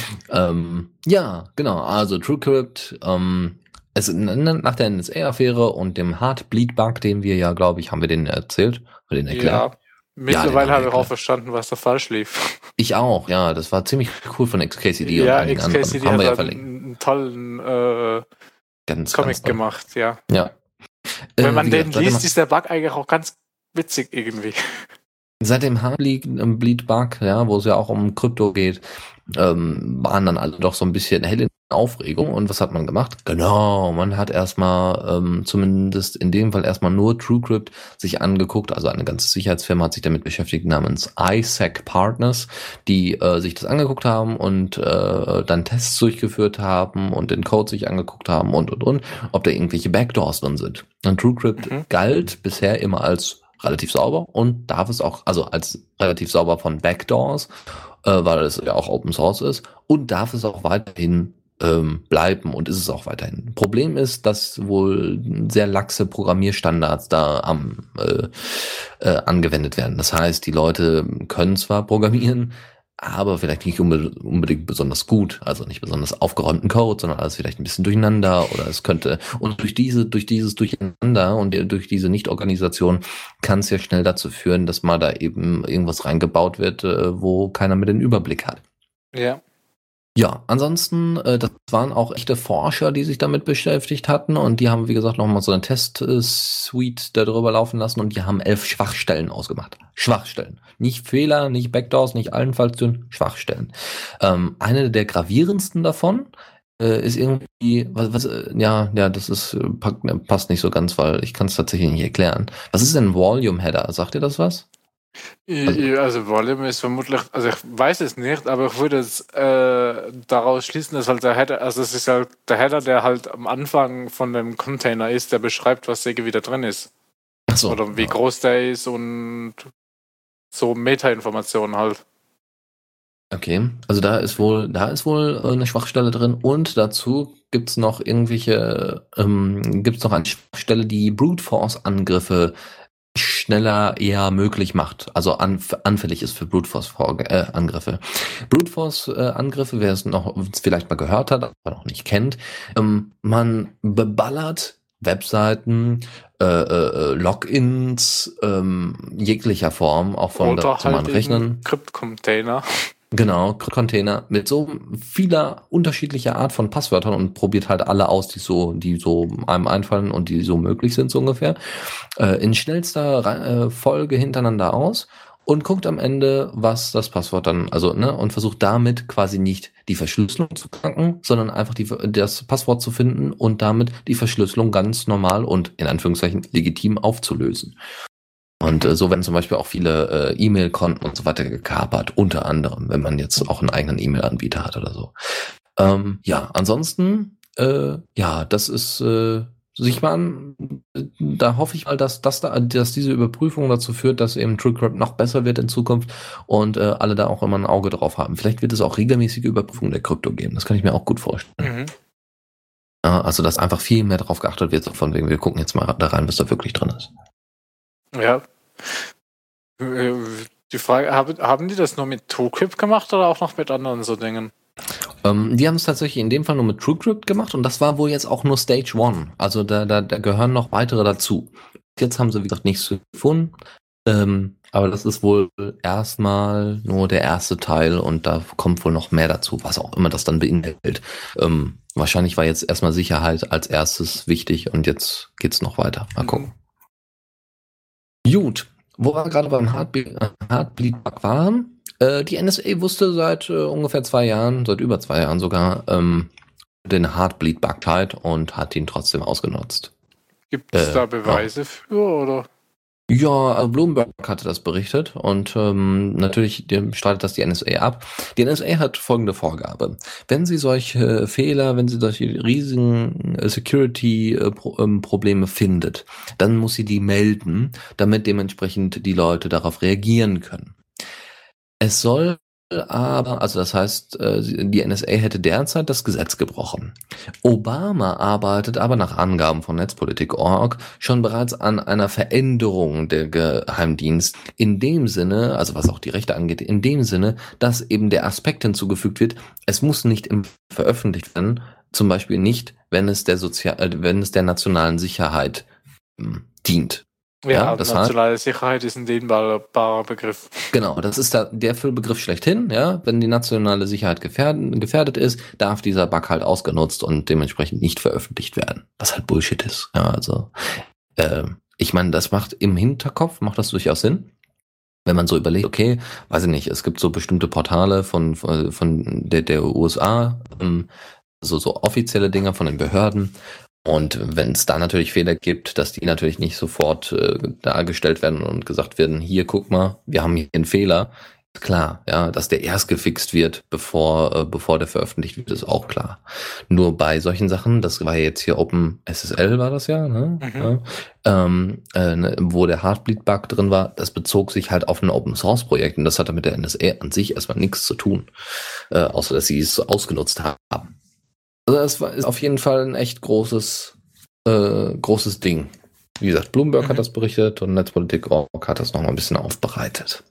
ähm, ja, genau, also TrueCrypt, ähm, es, nach der N S A-Affäre und dem Heartbleed-Bug, den wir ja, glaube ich, haben wir den erzählt, haben wir den erklärt? Ja, mittlerweile haben habe wir ich auch erklärt. verstanden, was da falsch lief. Ich auch, ja, das war ziemlich cool von X K C D und Ja, einigen anderen. X K C D Haben hat wir ja halt verlinkt. einen, einen tollen äh, Ganz, Comic ganz toll. gemacht, ja. Ja. Wenn Äh, man wie den gesagt, seitdem- liest, ist der Bug eigentlich auch ganz witzig irgendwie. Seit dem Heartbleed-Bug, ja, wo es ja auch um Krypto geht, ähm, waren dann alle doch so ein bisschen hell in Aufregung. Und was hat man gemacht? Genau, man hat erstmal, ähm, zumindest in dem Fall erstmal nur TrueCrypt sich angeguckt, also eine ganze Sicherheitsfirma hat sich damit beschäftigt namens I S A C Partners, die äh, sich das angeguckt haben und äh, dann Tests durchgeführt haben und den Code sich angeguckt haben und und und, ob da irgendwelche Backdoors drin sind. Und TrueCrypt Mhm. galt bisher immer als relativ sauber und darf es auch, also als relativ sauber von Backdoors, äh, weil es ja auch Open Source ist und darf es auch weiterhin ähm, bleiben und ist es auch weiterhin. Problem ist, dass wohl sehr laxe Programmierstandards da am äh, äh, angewendet werden. Das heißt, die Leute können zwar programmieren, aber vielleicht nicht unbe- unbedingt besonders gut, also nicht besonders aufgeräumten Code, sondern alles vielleicht ein bisschen durcheinander oder es könnte, und durch diese, durch dieses Durcheinander und durch diese Nichtorganisation kann es ja schnell dazu führen, dass mal da eben irgendwas reingebaut wird, äh, wo keiner mehr den Überblick hat. Ja. Ja, ansonsten, äh, das waren auch echte Forscher, die sich damit beschäftigt hatten und die haben, wie gesagt, nochmal so eine Test-Suite darüber laufen lassen und die haben elf Schwachstellen ausgemacht. Schwachstellen. Nicht Fehler, nicht Backdoors, nicht Allenfallstüren, Schwachstellen. Ähm, eine der gravierendsten davon äh, ist irgendwie, was, was, äh, ja, ja, das ist, äh, pack- äh, passt nicht so ganz, weil ich kann es tatsächlich nicht erklären. Was ist denn ein Volume-Header? Sagt ihr das was? Also, also Volume ist vermutlich, also ich weiß es nicht, aber ich würde es äh, daraus schließen, dass halt der Header, also es ist halt der Header, der halt am Anfang von dem Container ist, der beschreibt, was irgendwie da drin ist. Ach so, Oder wie ja. groß der ist und so Meta-Informationen halt. Okay, also da ist wohl, da ist wohl eine Schwachstelle drin und dazu gibt's noch irgendwelche, ähm, gibt's noch eine Schwachstelle, die Brute Force Angriffe schneller eher möglich macht, also anf- anfällig ist für Brute Force Vor- äh, Angriffe. Brute Force äh, Angriffe, wer es noch vielleicht mal gehört hat, aber noch nicht kennt, ähm, man beballert Webseiten, äh, äh, Logins ähm, jeglicher Form, auch von Oder dazu halt Rechnern. den Crypt-Container. Genau, Container mit so vieler unterschiedlicher Art von Passwörtern und probiert halt alle aus, die so, die so einem einfallen und die so möglich sind, so ungefähr, äh, in schnellster Re- äh, Folge hintereinander aus und guckt am Ende, was das Passwort dann, also, ne, und versucht damit quasi nicht die Verschlüsselung zu knacken, sondern einfach die, das Passwort zu finden und damit die Verschlüsselung ganz normal und in Anführungszeichen legitim aufzulösen. Und äh, so werden zum Beispiel auch viele äh, E-Mail-Konten und so weiter gekapert, unter anderem, wenn man jetzt auch einen eigenen E-Mail-Anbieter hat oder so. Ähm, ja, ansonsten, äh, ja, das ist, äh, sich mal, da hoffe ich mal, dass, dass, da, dass diese Überprüfung dazu führt, dass eben TrueCrypt noch besser wird in Zukunft und äh, alle da auch immer ein Auge drauf haben. Vielleicht wird es auch regelmäßige Überprüfungen der Krypto geben. Das kann ich mir auch gut vorstellen. Mhm. Ja, also, dass einfach viel mehr darauf geachtet wird, so von wegen, wir gucken jetzt mal da rein, was da wirklich drin ist. Ja. Die Frage, haben, haben die das nur mit TrueCrypt gemacht oder auch noch mit anderen so Dingen? Ähm, die haben es tatsächlich in dem Fall nur mit TrueCrypt gemacht und das war wohl jetzt auch nur Stage One. Also da, da, da gehören noch weitere dazu. Jetzt haben sie, wie gesagt, nichts gefunden. Ähm, aber das ist wohl erstmal nur der erste Teil und da kommt wohl noch mehr dazu, was auch immer das dann beinhaltet. Ähm, wahrscheinlich war jetzt erstmal Sicherheit als erstes wichtig und jetzt geht's noch weiter. Mal gucken. Mhm. Gut. Wo wir gerade beim Heartbleed-Bug waren, äh, die N S A wusste seit äh, ungefähr zwei Jahren, seit über zwei Jahren sogar, ähm, den Heartbleed-Bug und hat ihn trotzdem ausgenutzt. Gibt es äh, da Beweise ja. für, oder? Ja, also Bloomberg hatte das berichtet und ähm, natürlich streitet das die N S A ab. Die N S A hat folgende Vorgabe. Wenn sie solche Fehler, wenn sie solche riesigen Security-Probleme findet, dann muss sie die melden, damit dementsprechend die Leute darauf reagieren können. Es soll aber, also das heißt, die N S A hätte derzeit das Gesetz gebrochen. Obama arbeitet aber nach Angaben von Netzpolitik Punkt org schon bereits an einer Veränderung der Geheimdienst in dem Sinne, also was auch die Rechte angeht, in dem Sinne, dass eben der Aspekt hinzugefügt wird, es muss nicht im veröffentlicht werden, zum Beispiel nicht, wenn es der Sozial, wenn es der nationalen Sicherheit hm, dient. Ja, ja, das nationale heißt, Sicherheit ist ein dehnbarer Begriff. Genau, das ist da der Füllbegriff schlechthin, ja. Wenn die nationale Sicherheit gefährdet, gefährdet ist, darf dieser Bug halt ausgenutzt und dementsprechend nicht veröffentlicht werden. Was halt Bullshit ist. Ja, also äh, ich meine, das macht im Hinterkopf, macht das durchaus Sinn. Wenn man so überlegt, okay, weiß ich nicht, es gibt so bestimmte Portale von, von der, der U S A, ähm, so, so offizielle Dinger von den Behörden. Und wenn es da natürlich Fehler gibt, dass die natürlich nicht sofort äh, dargestellt werden und gesagt werden, hier, guck mal, wir haben hier einen Fehler. Ist klar, ja, dass der erst gefixt wird, bevor äh, bevor der veröffentlicht wird, ist auch klar. Nur bei solchen Sachen, das war jetzt hier OpenSSL, war das ja, ne? Mhm. Ja, ähm, äh, ne, wo der Heartbleed-Bug drin war, das bezog sich halt auf ein Open-Source-Projekt und das hatte mit der N S A an sich erstmal nichts zu tun, äh, außer dass sie es ausgenutzt haben. Also es war, ist auf jeden Fall ein echt großes, äh, großes Ding. Wie gesagt, Bloomberg mhm. hat das berichtet und Netzpolitik Punkt org hat das nochmal ein bisschen aufbereitet.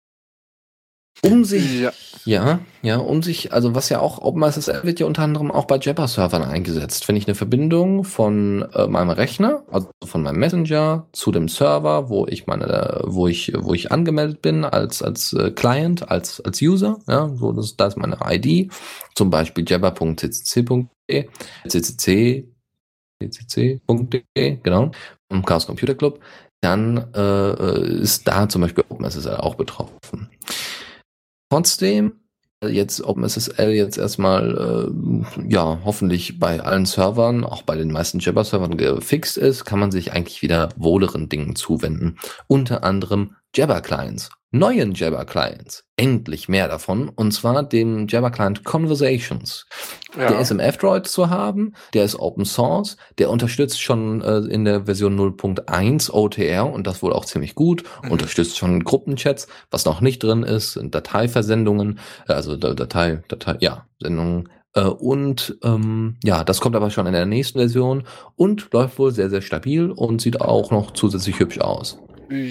Um sich, ja. ja, ja, um sich, also was ja auch, OpenSSL wird ja unter anderem auch bei Jabber-Servern eingesetzt. Wenn ich eine Verbindung von äh, meinem Rechner, also von meinem Messenger zu dem Server, wo ich meine, wo ich, wo ich angemeldet bin als als äh, Client, als als User, ja, so das, da ist meine I D, zum Beispiel jabber punkt c c c punkt d e, c c c c c c punkt d e, genau, im Chaos Computer Club, dann äh, ist da zum Beispiel OpenSSL auch betroffen. Trotzdem, jetzt OpenSSL jetzt erstmal, äh, ja, hoffentlich bei allen Servern, auch bei den meisten Jabber-Servern gefixt ist, kann man sich eigentlich wieder wohleren Dingen zuwenden. Unter anderem Jabber-Clients, neuen Jabber-Clients. Endlich mehr davon, und zwar dem Jabber-Client Conversations. Ja. Der ist im F-Droid zu haben, der ist Open Source, der unterstützt schon äh, in der Version null Punkt eins O T R und das wohl auch ziemlich gut, mhm. unterstützt schon Gruppenchats, was noch nicht drin ist, sind Dateiversendungen, also Datei, Datei, ja, Sendungen, äh, und ähm, ja, das kommt aber schon in der nächsten Version und läuft wohl sehr, sehr stabil und sieht auch noch zusätzlich hübsch aus.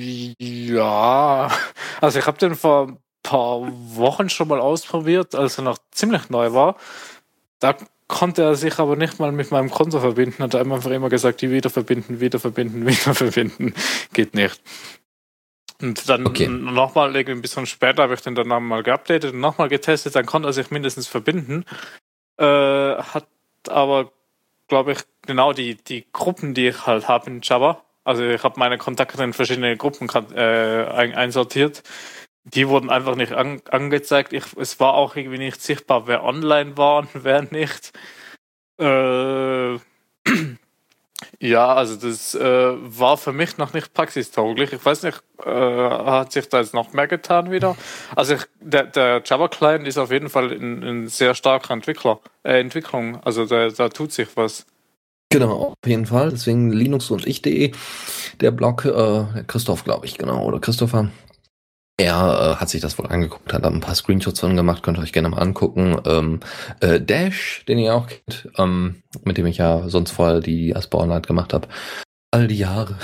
Ja, also ich habe den vor ein paar Wochen schon mal ausprobiert, als er noch ziemlich neu war. Da konnte er sich aber nicht mal mit meinem Konto verbinden. Hat er einfach immer gesagt, die wieder verbinden, wieder verbinden, wieder verbinden. Geht nicht. Und dann okay. nochmal irgendwie ein bisschen später habe ich den dann mal geupdatet und nochmal getestet. Dann konnte er sich mindestens verbinden. Äh, hat aber, glaube ich, genau die, die Gruppen, die ich halt habe in Jabber. Also ich habe meine Kontakte in verschiedene Gruppen äh, einsortiert. Die wurden einfach nicht an, angezeigt. Ich, es war auch irgendwie nicht sichtbar, wer online war und wer nicht. Äh, Ja, also das äh, war für mich noch nicht praxistauglich. Ich weiß nicht, äh, hat sich da jetzt noch mehr getan wieder? Also ich, der, der Java-Client ist auf jeden Fall in, in sehr starker Entwickler, äh, Entwicklung. Also da, da tut sich was. Genau, auf jeden Fall. Deswegen Linux und ich.de, der Blog, äh, Christoph, glaube ich, genau, oder Christopher. Er äh, hat sich das wohl angeguckt, hat da ein paar Screenshots von gemacht, könnt ihr euch gerne mal angucken. Ähm, äh, Dash, den ihr auch kennt, ähm, mit dem ich ja sonst vorher die Asborn gemacht habe, all die Jahre,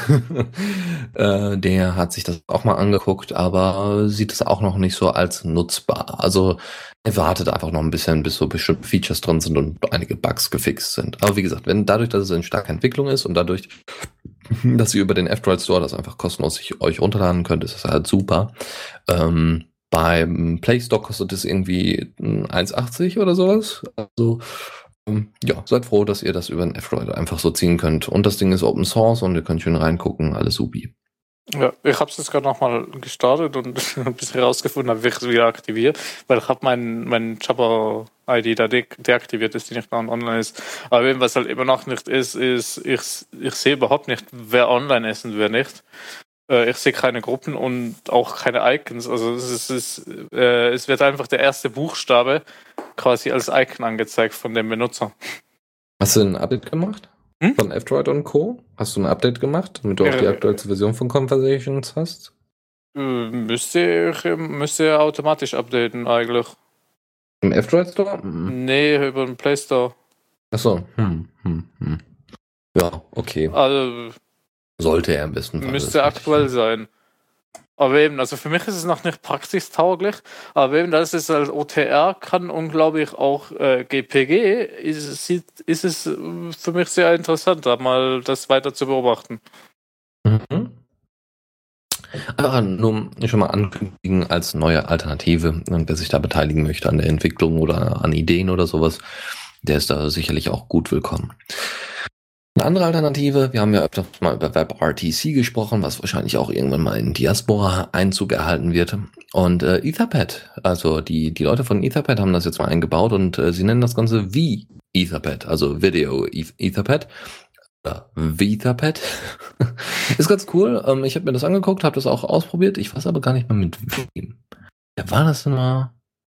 äh, der hat sich das auch mal angeguckt, aber sieht es auch noch nicht so als nutzbar. Also er wartet einfach noch ein bisschen, bis so bestimmte Features drin sind und einige Bugs gefixt sind. Aber wie gesagt, wenn dadurch, dass es in starker Entwicklung ist und dadurch, dass ihr über den F-Droid Store das einfach kostenlos sich euch runterladen könnt, ist das halt super. Ähm, beim Play Store kostet es irgendwie eins achtzig oder sowas. Also ähm, ja, seid froh, dass ihr das über den F-Droid einfach so ziehen könnt. Und das Ding ist Open Source und ihr könnt schön reingucken, alles supi. Ja, ich habe es jetzt gerade nochmal gestartet und ein bisschen herausgefunden, habe ich es wieder aktiviert, weil ich habe mein, mein Jabber-I D da de deaktiviert, dass die nicht mehr online ist. Aber eben, was halt immer noch nicht ist, ist, ich, ich sehe überhaupt nicht, wer online ist und wer nicht. Äh, ich sehe keine Gruppen und auch keine Icons. Also es, ist, es, ist, äh, es wird einfach der erste Buchstabe quasi als Icon angezeigt von dem Benutzer. Hast du ein Update gemacht? Hm? Von F-Droid und Co.? Hast du ein Update gemacht, damit du auch die aktuellste Version von Conversations hast? Äh, müsste ich müsste automatisch updaten eigentlich. Im F-Droid Store? Mhm. Nee, über den Play Store. Achso, hm, hm, hm. Ja, okay. Also sollte er am besten Fall. Müsste aktuell sein. Aber eben, also für mich ist es noch nicht praxistauglich, aber eben, dass es als O T R kann und glaube ich auch äh, G P G, ist, ist, ist es für mich sehr interessant, da mal das weiter zu beobachten. Mhm. Aber nur schon mal ankündigen als neue Alternative, wer sich da beteiligen möchte an der Entwicklung oder an Ideen oder sowas, der ist da sicherlich auch gut willkommen. Eine andere Alternative, wir haben ja öfters mal über WebRTC gesprochen, was wahrscheinlich auch irgendwann mal in Diaspora Einzug erhalten wird. Und äh, Etherpad, also die die Leute von Etherpad haben das jetzt mal eingebaut und äh, sie nennen das Ganze wie Etherpad, also Video Etherpad. Oder Etherpad. Ist ganz cool. Ähm, ich habe mir das angeguckt, habe das auch ausprobiert. Ich weiß aber gar nicht mehr mit wem. Wer war das denn mal?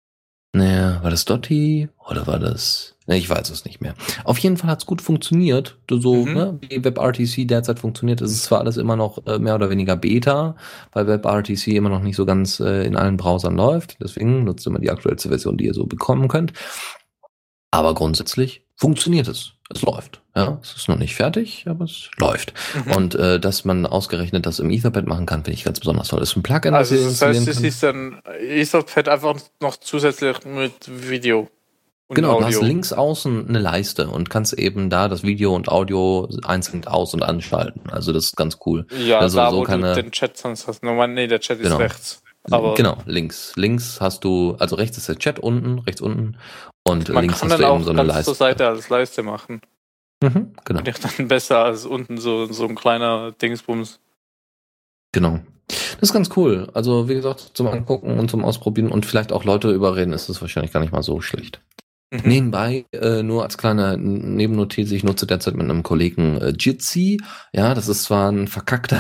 Naja, war das Dotti oder war das... Ne, ich weiß es nicht mehr. Auf jeden Fall hat es gut funktioniert. So, mhm. ne, wie WebRTC derzeit funktioniert, ist es zwar alles immer noch äh, mehr oder weniger Beta, weil WebRTC immer noch nicht so ganz äh, in allen Browsern läuft. Deswegen nutzt immer die aktuellste Version, die ihr so bekommen könnt. Aber grundsätzlich funktioniert es. Es läuft. Ja, es ist noch nicht fertig, aber es läuft. Mhm. Und äh, dass man ausgerechnet das im Etherpad machen kann, finde ich ganz besonders toll. Das ist ein Plugin, also das heißt, es ist dann Etherpad einfach noch zusätzlich mit Video. Und genau, Audio. Du hast links außen eine Leiste und kannst eben da das Video und Audio einzeln aus- und anschalten. Also das ist ganz cool. Ja, also, da so wo keine... du den Chat sonst hast. Nee, der Chat genau. ist rechts. Aber genau, links. Links hast du, also rechts ist der Chat unten, rechts unten und man links kann hast dann du auch eben so eine ganz Leiste. zur Seite als Leiste machen. Mhm, genau. Finde ich dann besser als unten so, so ein kleiner Dingsbums. Genau. Das ist ganz cool. Also wie gesagt, zum Angucken und zum Ausprobieren und vielleicht auch Leute überreden, ist das wahrscheinlich gar nicht mal so schlecht. Mhm. Nebenbei, äh, nur als kleine Nebennotiz, ich nutze derzeit mit einem Kollegen äh, Jitsi. Ja, das ist zwar ein verkackter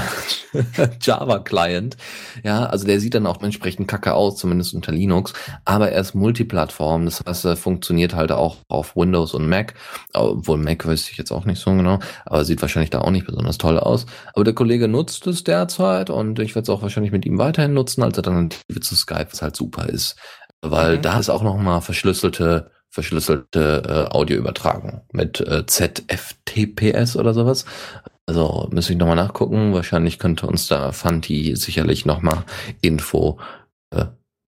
Java-Client, ja, also der sieht dann auch entsprechend kacke aus, zumindest unter Linux, aber er ist Multiplattform, das heißt, er funktioniert halt auch auf Windows und Mac, obwohl Mac weiß ich jetzt auch nicht so genau, aber sieht wahrscheinlich da auch nicht besonders toll aus. Aber der Kollege nutzt es derzeit und ich werde es auch wahrscheinlich mit ihm weiterhin nutzen, als Alternative zu Skype, was halt super ist, weil mhm. da ist auch nochmal verschlüsselte verschlüsselte äh, Audioübertragung mit äh, Z F T P S oder sowas. Also müssen wir nochmal nachgucken. Wahrscheinlich könnte uns da Fanti sicherlich nochmal Info äh,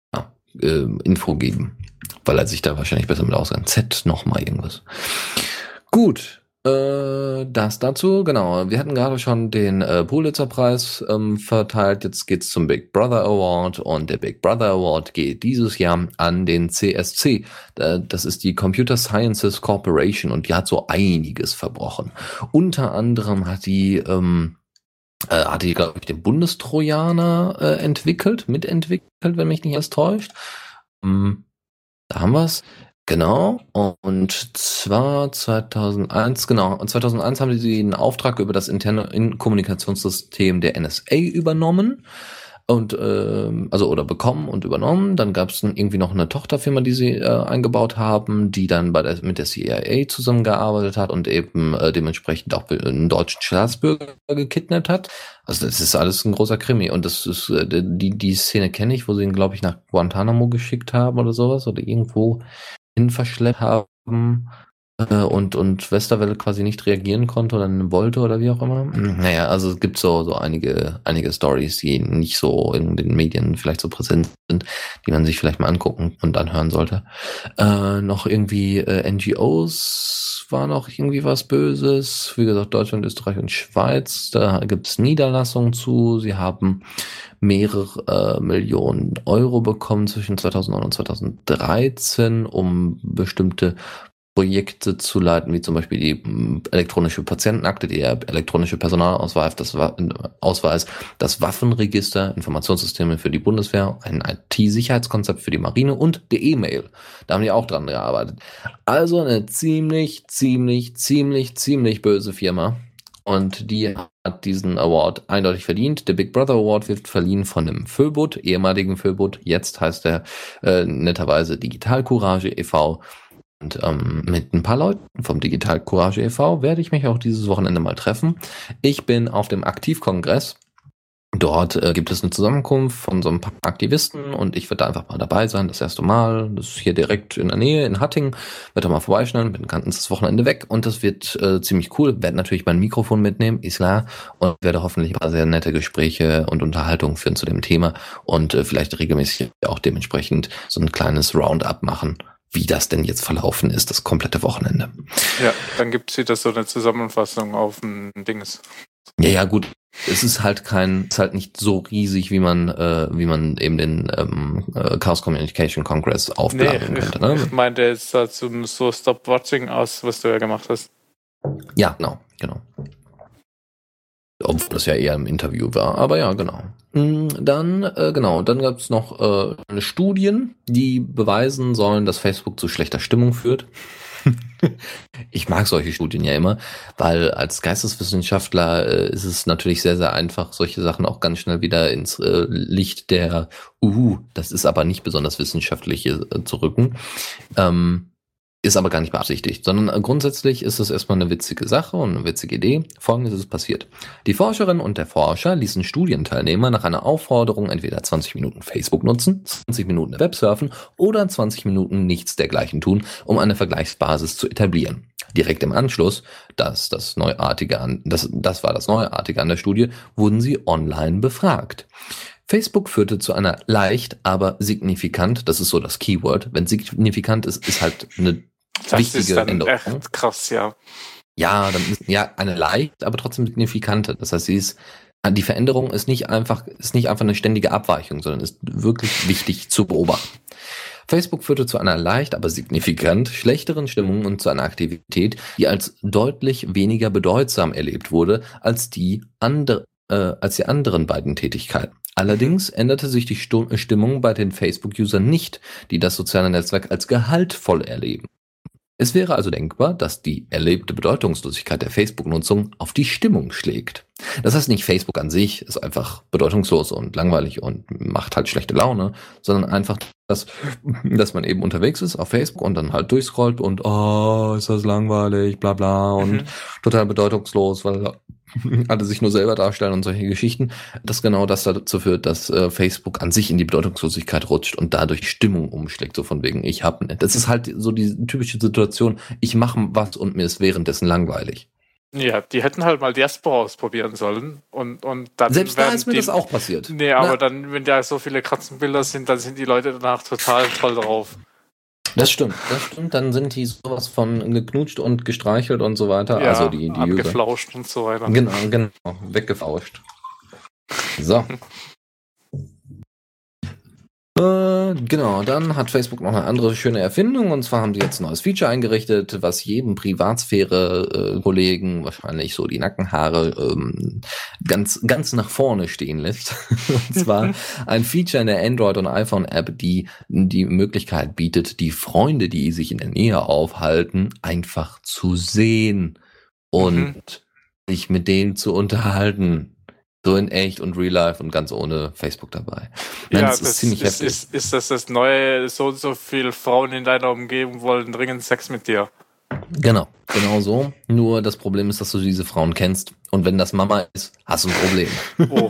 äh, Info geben, weil er sich da wahrscheinlich besser mit auskennt. Z nochmal irgendwas. Gut. Das dazu, genau. Wir hatten gerade schon den äh, Pulitzer-Preis ähm, verteilt. Jetzt geht's zum Big Brother Award und der Big Brother Award geht dieses Jahr an den C S C. Äh, das ist die Computer Sciences Corporation und die hat so einiges verbrochen. Unter anderem hat die, ähm, äh, hat die, glaube ich, den Bundestrojaner äh, entwickelt, mitentwickelt, wenn mich nicht alles täuscht. Ähm, da haben wir's. Genau, und zwar zweitausendeins, genau, und zweitausendeins haben sie den Auftrag über das interne Kommunikationssystem der N S A übernommen und ähm, also oder bekommen und übernommen. Dann gab es irgendwie noch eine Tochterfirma, die sie äh, eingebaut haben, die dann bei der mit der C I A zusammengearbeitet hat und eben äh, dementsprechend auch einen deutschen Staatsbürger gekidnappt hat. Also das ist alles ein großer Krimi und das ist äh, die die Szene kenne ich, wo sie ihn glaube ich nach Guantanamo geschickt haben oder sowas oder irgendwo hin verschleppt haben äh, und und Westerwelle quasi nicht reagieren konnte oder wollte oder wie auch immer. Naja, also es gibt so so einige einige Stories, die nicht so in den Medien vielleicht so präsent sind, die man sich vielleicht mal angucken und anhören sollte. Äh, noch irgendwie äh, N G Os war noch irgendwie was Böses. Wie gesagt, Deutschland, Österreich und Schweiz, da gibt's Niederlassungen zu. Sie haben mehrere äh, Millionen Euro bekommen zwischen zweitausendneun und zweitausenddreizehn, um bestimmte Projekte zu leiten, wie zum Beispiel die m, elektronische Patientenakte, der elektronische Personalausweis, das, Wa- Ausweis, das Waffenregister, Informationssysteme für die Bundeswehr, ein I T-Sicherheitskonzept für die Marine und die E-Mail. Da haben die auch dran gearbeitet. Also eine ziemlich, ziemlich, ziemlich, ziemlich böse Firma. Und die hat diesen Award eindeutig verdient. Der Big Brother Award wird verliehen von dem Föbot, ehemaligen Föbot. Jetzt heißt er äh, netterweise Digital Courage e V. Und ähm, mit ein paar Leuten vom Digital Courage e V werde ich mich auch dieses Wochenende mal treffen. Ich bin auf dem Aktivkongress. Dort äh, gibt es eine Zusammenkunft von so ein paar Aktivisten und ich werde da einfach mal dabei sein, das erste Mal. Das ist hier direkt in der Nähe, in Hattingen. Werde da mal vorbeischneiden, bin ganz das Wochenende weg und das wird äh, ziemlich cool. Werde natürlich mein Mikrofon mitnehmen, ist klar. Und werde hoffentlich ein paar sehr nette Gespräche und Unterhaltungen führen zu dem Thema und äh, vielleicht regelmäßig auch dementsprechend so ein kleines Roundup machen, wie das denn jetzt verlaufen ist, das komplette Wochenende. Ja, dann gibt es wieder so eine Zusammenfassung auf ein Dings. Ja, ja, gut. Es ist halt kein, es ist halt nicht so riesig, wie man, äh, wie man eben den ähm, äh, Chaos Communication Congress aufblasen Nee, könnte. Ne? ich meinte jetzt dazu so Stop-Watching aus, was du ja gemacht hast. Ja, genau, genau. Obwohl das ja eher im Interview war, aber ja, genau. Dann, äh, genau, dann gab es noch äh, Studien, die beweisen sollen, dass Facebook zu schlechter Stimmung führt. Ich mag solche Studien ja immer, weil als Geisteswissenschaftler äh, ist es natürlich sehr, sehr einfach, solche Sachen auch ganz schnell wieder ins äh, Licht der, uh, das ist aber nicht besonders wissenschaftliche äh, zu rücken. Ähm, Ist aber gar nicht beabsichtigt, sondern äh, grundsätzlich ist es erstmal eine witzige Sache und eine witzige Idee. Folgendes ist passiert. Die Forscherin und der Forscher ließen Studienteilnehmer nach einer Aufforderung entweder zwanzig Minuten Facebook nutzen, zwanzig Minuten Websurfen oder zwanzig Minuten nichts dergleichen tun, um eine Vergleichsbasis zu etablieren. Direkt im Anschluss, das, das, Neuartige an, das, das war das Neuartige an der Studie, wurden sie online befragt. Facebook führte zu einer leicht, aber signifikant, das ist so das Keyword, wenn signifikant ist, ist halt eine Das wichtige ist dann Änderung. echt krass, ja. Ja, dann ist ja eine leicht, aber trotzdem signifikante. Das heißt, sie ist, die Veränderung ist nicht einfach, ist nicht einfach eine ständige Abweichung, sondern ist wirklich wichtig zu beobachten. Facebook führte zu einer leicht, aber signifikant schlechteren Stimmung und zu einer Aktivität, die als deutlich weniger bedeutsam erlebt wurde als die andere, äh, als die anderen beiden Tätigkeiten. Allerdings änderte sich die Stu- Stimmung bei den Facebook-Usern nicht, die das soziale Netzwerk als gehaltvoll erleben. Es wäre also denkbar, dass die erlebte Bedeutungslosigkeit der Facebook-Nutzung auf die Stimmung schlägt. Das heißt nicht, Facebook an sich ist einfach bedeutungslos und langweilig und macht halt schlechte Laune, sondern einfach, dass, dass man eben unterwegs ist auf Facebook und dann halt durchscrollt und oh, ist das langweilig, bla bla und Mhm. total bedeutungslos, weil alle sich nur selber darstellen und solche Geschichten, dass genau das dazu führt, dass äh, Facebook an sich in die Bedeutungslosigkeit rutscht und dadurch die Stimmung umschlägt, so von wegen, ich hab ne. Das ist halt so die typische Situation, ich mache was und mir ist währenddessen langweilig. Ja, die hätten halt mal Diaspora ausprobieren sollen und, und dann Selbst da werden ist mir die, das auch passiert. Nee, aber Na, dann, wenn da so viele Katzenbilder sind, dann sind die Leute danach total toll drauf. das stimmt, das stimmt, dann sind die sowas von geknutscht und gestreichelt und so weiter, Ja, also die, die User. abgeflauscht und so weiter. Genau, genau, weggefauscht. So. Äh, genau, dann hat Facebook noch eine andere schöne Erfindung, und zwar haben sie jetzt ein neues Feature eingerichtet, was jedem Privatsphäre-Kollegen wahrscheinlich so die Nackenhaare ähm, ganz ganz nach vorne stehen lässt. Und zwar ein Feature in der Android- und iPhone-App, die die Möglichkeit bietet, die Freunde, die sich in der Nähe aufhalten, einfach zu sehen und Mhm. sich mit denen zu unterhalten. So in echt und real life und ganz ohne Facebook dabei. Nein, Ja, das ist das ziemlich ist, heftig. ist, ist das das neue, so und so viele Frauen in deiner Umgebung wollen dringend Sex mit dir. Genau, genau so. Nur das Problem ist, dass du diese Frauen kennst. Und wenn das Mama ist, hast du ein Problem. Oh.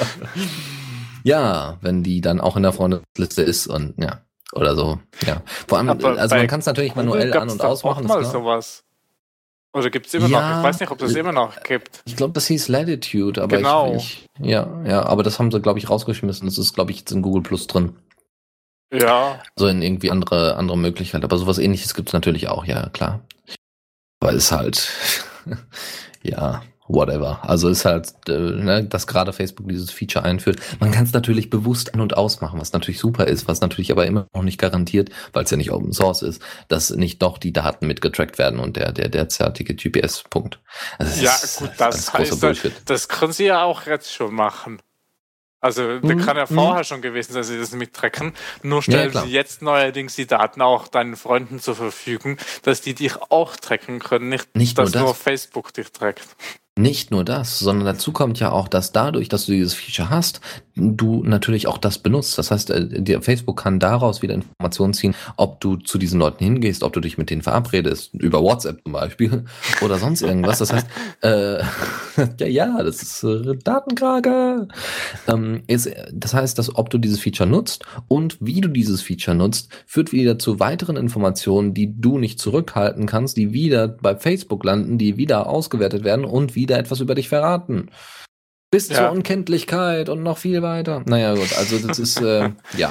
Ja, wenn die dann auch in der Freundesliste ist und ja, oder so. Ja. Vor allem, Aber also bei man kann es natürlich Google manuell an- gab's und doch ausmachen. auch mal Ist klar. sowas. Oder gibt es immer noch? Ja, Ich weiß nicht, ob das äh, immer noch gibt. Ich glaube, das hieß Latitude, aber Genau. ich, ich, ja, ja, aber das haben sie, glaube ich, rausgeschmissen. Das ist, glaube ich, jetzt in Google Plus drin. Ja, So in irgendwie andere, andere Möglichkeit. Aber sowas ähnliches gibt's natürlich auch, ja, klar. Aber ist halt, ja, whatever. Also ist halt, äh, ne, dass gerade Facebook dieses Feature einführt. Man kann es natürlich bewusst an- und ausmachen, was natürlich super ist, was natürlich aber immer noch nicht garantiert, weil es ja nicht Open Source ist, dass nicht doch die Daten mitgetrackt werden und der, der derzeitige G P S-Punkt. Also es ja, ist gut, alles das großer heißt, Bullshit. das können sie ja auch jetzt schon machen. Also, da Mhm, kann ja mhm. vorher schon gewesen sein, dass sie das mittracken. Nur stellen klar. sie jetzt neuerdings die Daten auch deinen Freunden zur Verfügung, dass die dich auch tracken können, nicht, Nicht nur dass das. nur Facebook dich trackt. Nicht nur das, sondern dazu kommt ja auch, dass dadurch, dass du dieses Feature hast, du natürlich auch das benutzt. Das heißt, äh, der Facebook kann daraus wieder Informationen ziehen, ob du zu diesen Leuten hingehst, ob du dich mit denen verabredest, über WhatsApp zum Beispiel oder sonst irgendwas. Das heißt, äh, ja, ja, das ist äh, Datenkrake. Ähm, ist, das heißt, dass ob du dieses Feature nutzt und wie du dieses Feature nutzt, führt wieder zu weiteren Informationen, die du nicht zurückhalten kannst, die wieder bei Facebook landen, die wieder ausgewertet werden und wieder etwas über dich verraten. Bis Ja. zur Unkenntlichkeit und noch viel weiter. Naja, gut, also das ist, äh, ja.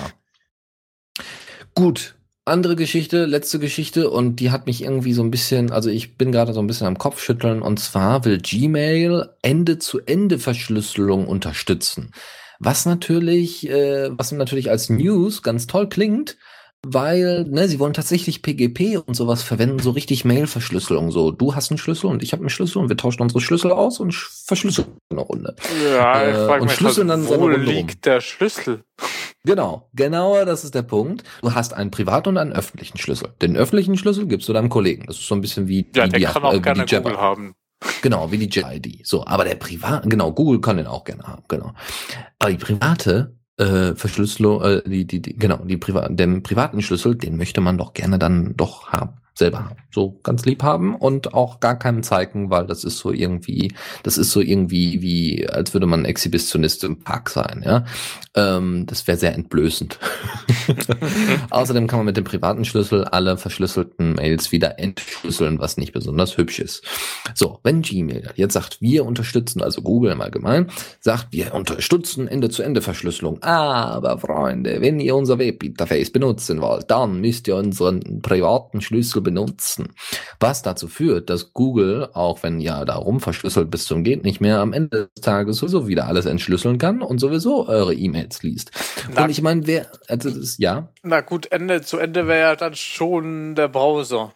Gut, andere Geschichte, letzte Geschichte, und die hat mich irgendwie so ein bisschen, also ich bin gerade so ein bisschen am Kopfschütteln, und zwar will Gmail Ende-zu-Ende-Verschlüsselung unterstützen. Was natürlich, äh, was natürlich als News ganz toll klingt, weil, ne, sie wollen tatsächlich P G P und sowas verwenden, so richtig Mail-Verschlüsselung. So, du hast einen Schlüssel und ich habe einen Schlüssel und wir tauschen unsere Schlüssel aus und sch- verschlüsseln eine Runde. Ja, ich Äh, frage und mich schlüsseln halt, dann so eine wo Runde rum. liegt der Schlüssel? Genau, genau, das ist der Punkt. Du hast einen privaten und einen öffentlichen Schlüssel. Den öffentlichen Schlüssel gibst du deinem Kollegen. Das ist so ein bisschen wie, Ja, wie der die, kann äh, auch wie gerne die Jabber. Google haben. Genau, wie die J I D. So, aber der private, genau, Google kann den auch gerne haben, genau. Aber die private äh, Verschlüsselung, äh, die, die, die, genau, die Priva den privaten Schlüssel, den möchte man doch gerne dann doch haben, selber haben. So ganz lieb haben und auch gar keinem zeigen, weil das ist so irgendwie, das ist so irgendwie wie, als würde man ein Exhibitionist im Park sein, ja. Ähm, das wäre sehr entblößend. Außerdem kann man mit dem privaten Schlüssel alle verschlüsselten Mails wieder entschlüsseln, was nicht besonders hübsch ist. So, wenn Gmail jetzt sagt, wir unterstützen, also Google im Allgemeinen, sagt, wir unterstützen Ende-zu-Ende-Verschlüsselung. Aber Freunde, wenn ihr unser Webinterface benutzen wollt, dann müsst ihr unseren privaten Schlüssel benutzen. Was dazu führt, dass Google, auch wenn ja darum verschlüsselt bis zum geht nicht mehr, am Ende des Tages sowieso wieder alles entschlüsseln kann und sowieso eure E-Mails liest. Na- Und ich meine, wer, also das ist, ja, Na gut, Ende zu Ende wäre ja dann schon der Browser.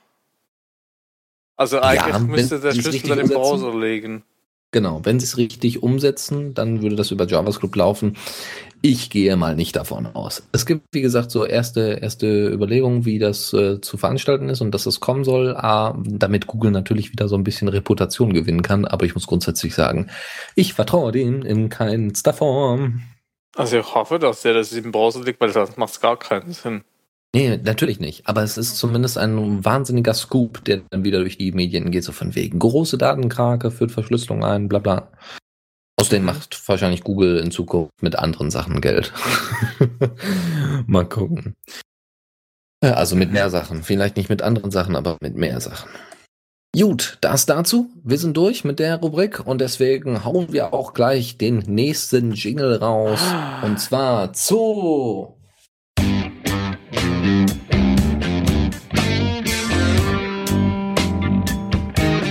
Also eigentlich wenn müsste der sie es Schlüssel richtig dann im umsetzen. Browser liegen. Genau, wenn sie es richtig umsetzen, dann würde das über JavaScript laufen. Ich gehe mal nicht davon aus. Es gibt, wie gesagt, so erste erste Überlegungen, wie das äh, zu veranstalten ist und dass es kommen soll, äh, damit Google natürlich wieder so ein bisschen Reputation gewinnen kann. Aber ich muss grundsätzlich sagen, ich vertraue denen in keinster Form. Also ich hoffe, dass der das im Browser liegt, weil sonst macht es gar keinen Sinn. Nee, natürlich nicht. Aber es ist zumindest ein wahnsinniger Scoop, der dann wieder durch die Medien geht, so von wegen große Datenkrake, führt Verschlüsselung ein, bla bla. Außerdem macht wahrscheinlich Google in Zukunft mit anderen Sachen Geld. Mal gucken. Ja, also mit mehr Sachen. Vielleicht nicht mit anderen Sachen, aber mit mehr Sachen. Gut, das dazu. Wir sind durch mit der Rubrik und deswegen hauen wir auch gleich den nächsten Jingle raus. Und zwar zu...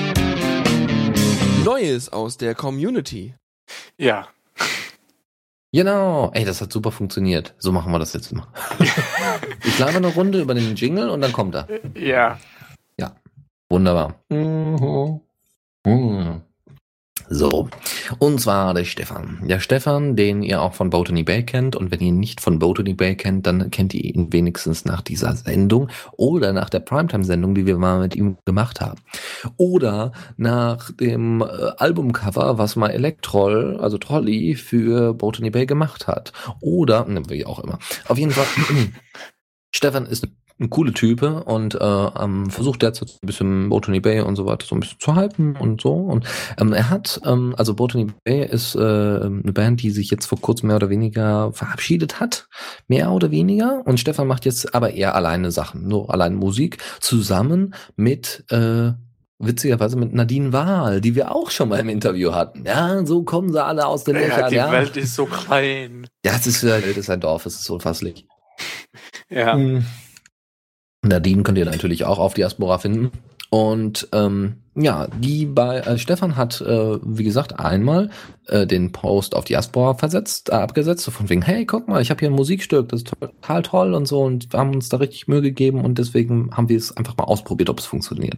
Neues aus der Community. Ja. Genau. Ey, das hat super funktioniert. So machen wir das jetzt immer. Ich laber eine Runde über den Jingle und dann kommt er. Ja. Ja. Wunderbar. Mhm. Mhm. So, und zwar der Stefan. Der Stefan, den ihr auch von Botany Bay kennt. Und wenn ihr ihn nicht von Botany Bay kennt, dann kennt ihr ihn wenigstens nach dieser Sendung oder nach der Primetime-Sendung, die wir mal mit ihm gemacht haben. Oder nach dem äh, Albumcover, was mal Elektroll, also Trolli, für Botany Bay gemacht hat. Oder, ne, wie auch immer. Auf jeden Fall, Stefan ist ein coole Type und äh, ähm, versucht derzeit ein bisschen Botany Bay und so weiter so ein bisschen zu halten und so. Und ähm, er hat, ähm, also Botany Bay ist äh, eine Band, die sich jetzt vor kurzem mehr oder weniger verabschiedet hat. Mehr oder weniger. Und Stefan macht jetzt aber eher alleine Sachen, nur allein Musik, zusammen mit äh, witzigerweise mit Nadine Wahl, die wir auch schon mal im Interview hatten. Ja, so kommen sie alle aus den Löchern. Ja, die ja. Welt ist so klein. Ja, es ist, äh, das ist ein Dorf, es ist unfasslich. Ja. Mhm. Nadine könnt ihr natürlich auch auf Diaspora finden. Und ähm, ja, die bei äh, Stefan hat, äh, wie gesagt, einmal äh, den Post auf Diaspora versetzt, äh, abgesetzt, so von wegen, hey, guck mal, ich habe hier ein Musikstück, das ist total toll und so, und wir haben uns da richtig Mühe gegeben und deswegen haben wir es einfach mal ausprobiert, ob es funktioniert.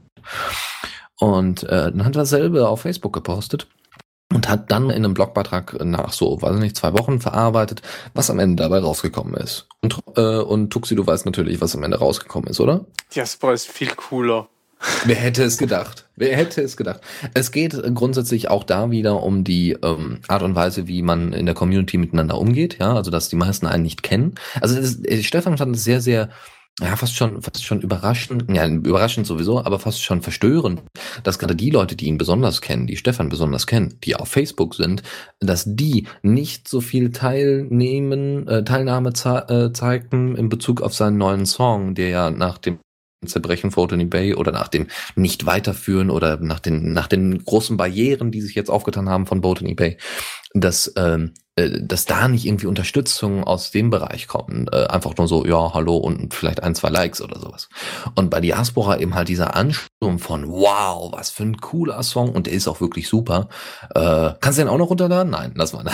Und äh, dann hat er selber auf Facebook gepostet und hat dann in einem Blogbeitrag nach so, weiß ich nicht, zwei Wochen verarbeitet, was am Ende dabei rausgekommen ist. Und, äh, und Tuxi, du weißt natürlich, was am Ende rausgekommen ist, oder? Diaspora ist viel cooler. Wer hätte es gedacht? Wer hätte es gedacht? Es geht grundsätzlich auch da wieder um die ähm, Art und Weise, wie man in der Community miteinander umgeht, ja, also dass die meisten einen nicht kennen. Also das ist, äh, Stefan fand es sehr, sehr, ja, fast schon, fast schon überraschend, ja, überraschend sowieso, aber fast schon verstörend, dass gerade die Leute, die ihn besonders kennen, die Stefan besonders kennen, die auf Facebook sind, dass die nicht so viel teilnehmen, äh, Teilnahme ze- äh, zeigten in Bezug auf seinen neuen Song, der ja nach dem Zerbrechen von Botany Bay oder nach dem Nicht-Weiterführen oder nach den, nach den großen Barrieren, die sich jetzt aufgetan haben von Botany Bay, dass, ähm, äh, dass da nicht irgendwie Unterstützung aus dem Bereich kommt. Äh, einfach nur so, ja, hallo und vielleicht ein, zwei Likes oder sowas. Und bei Diaspora eben halt dieser Ansturm von, wow, was für ein cooler Song, und der ist auch wirklich super. Äh, kannst du den auch noch runterladen? Nein, lass mal.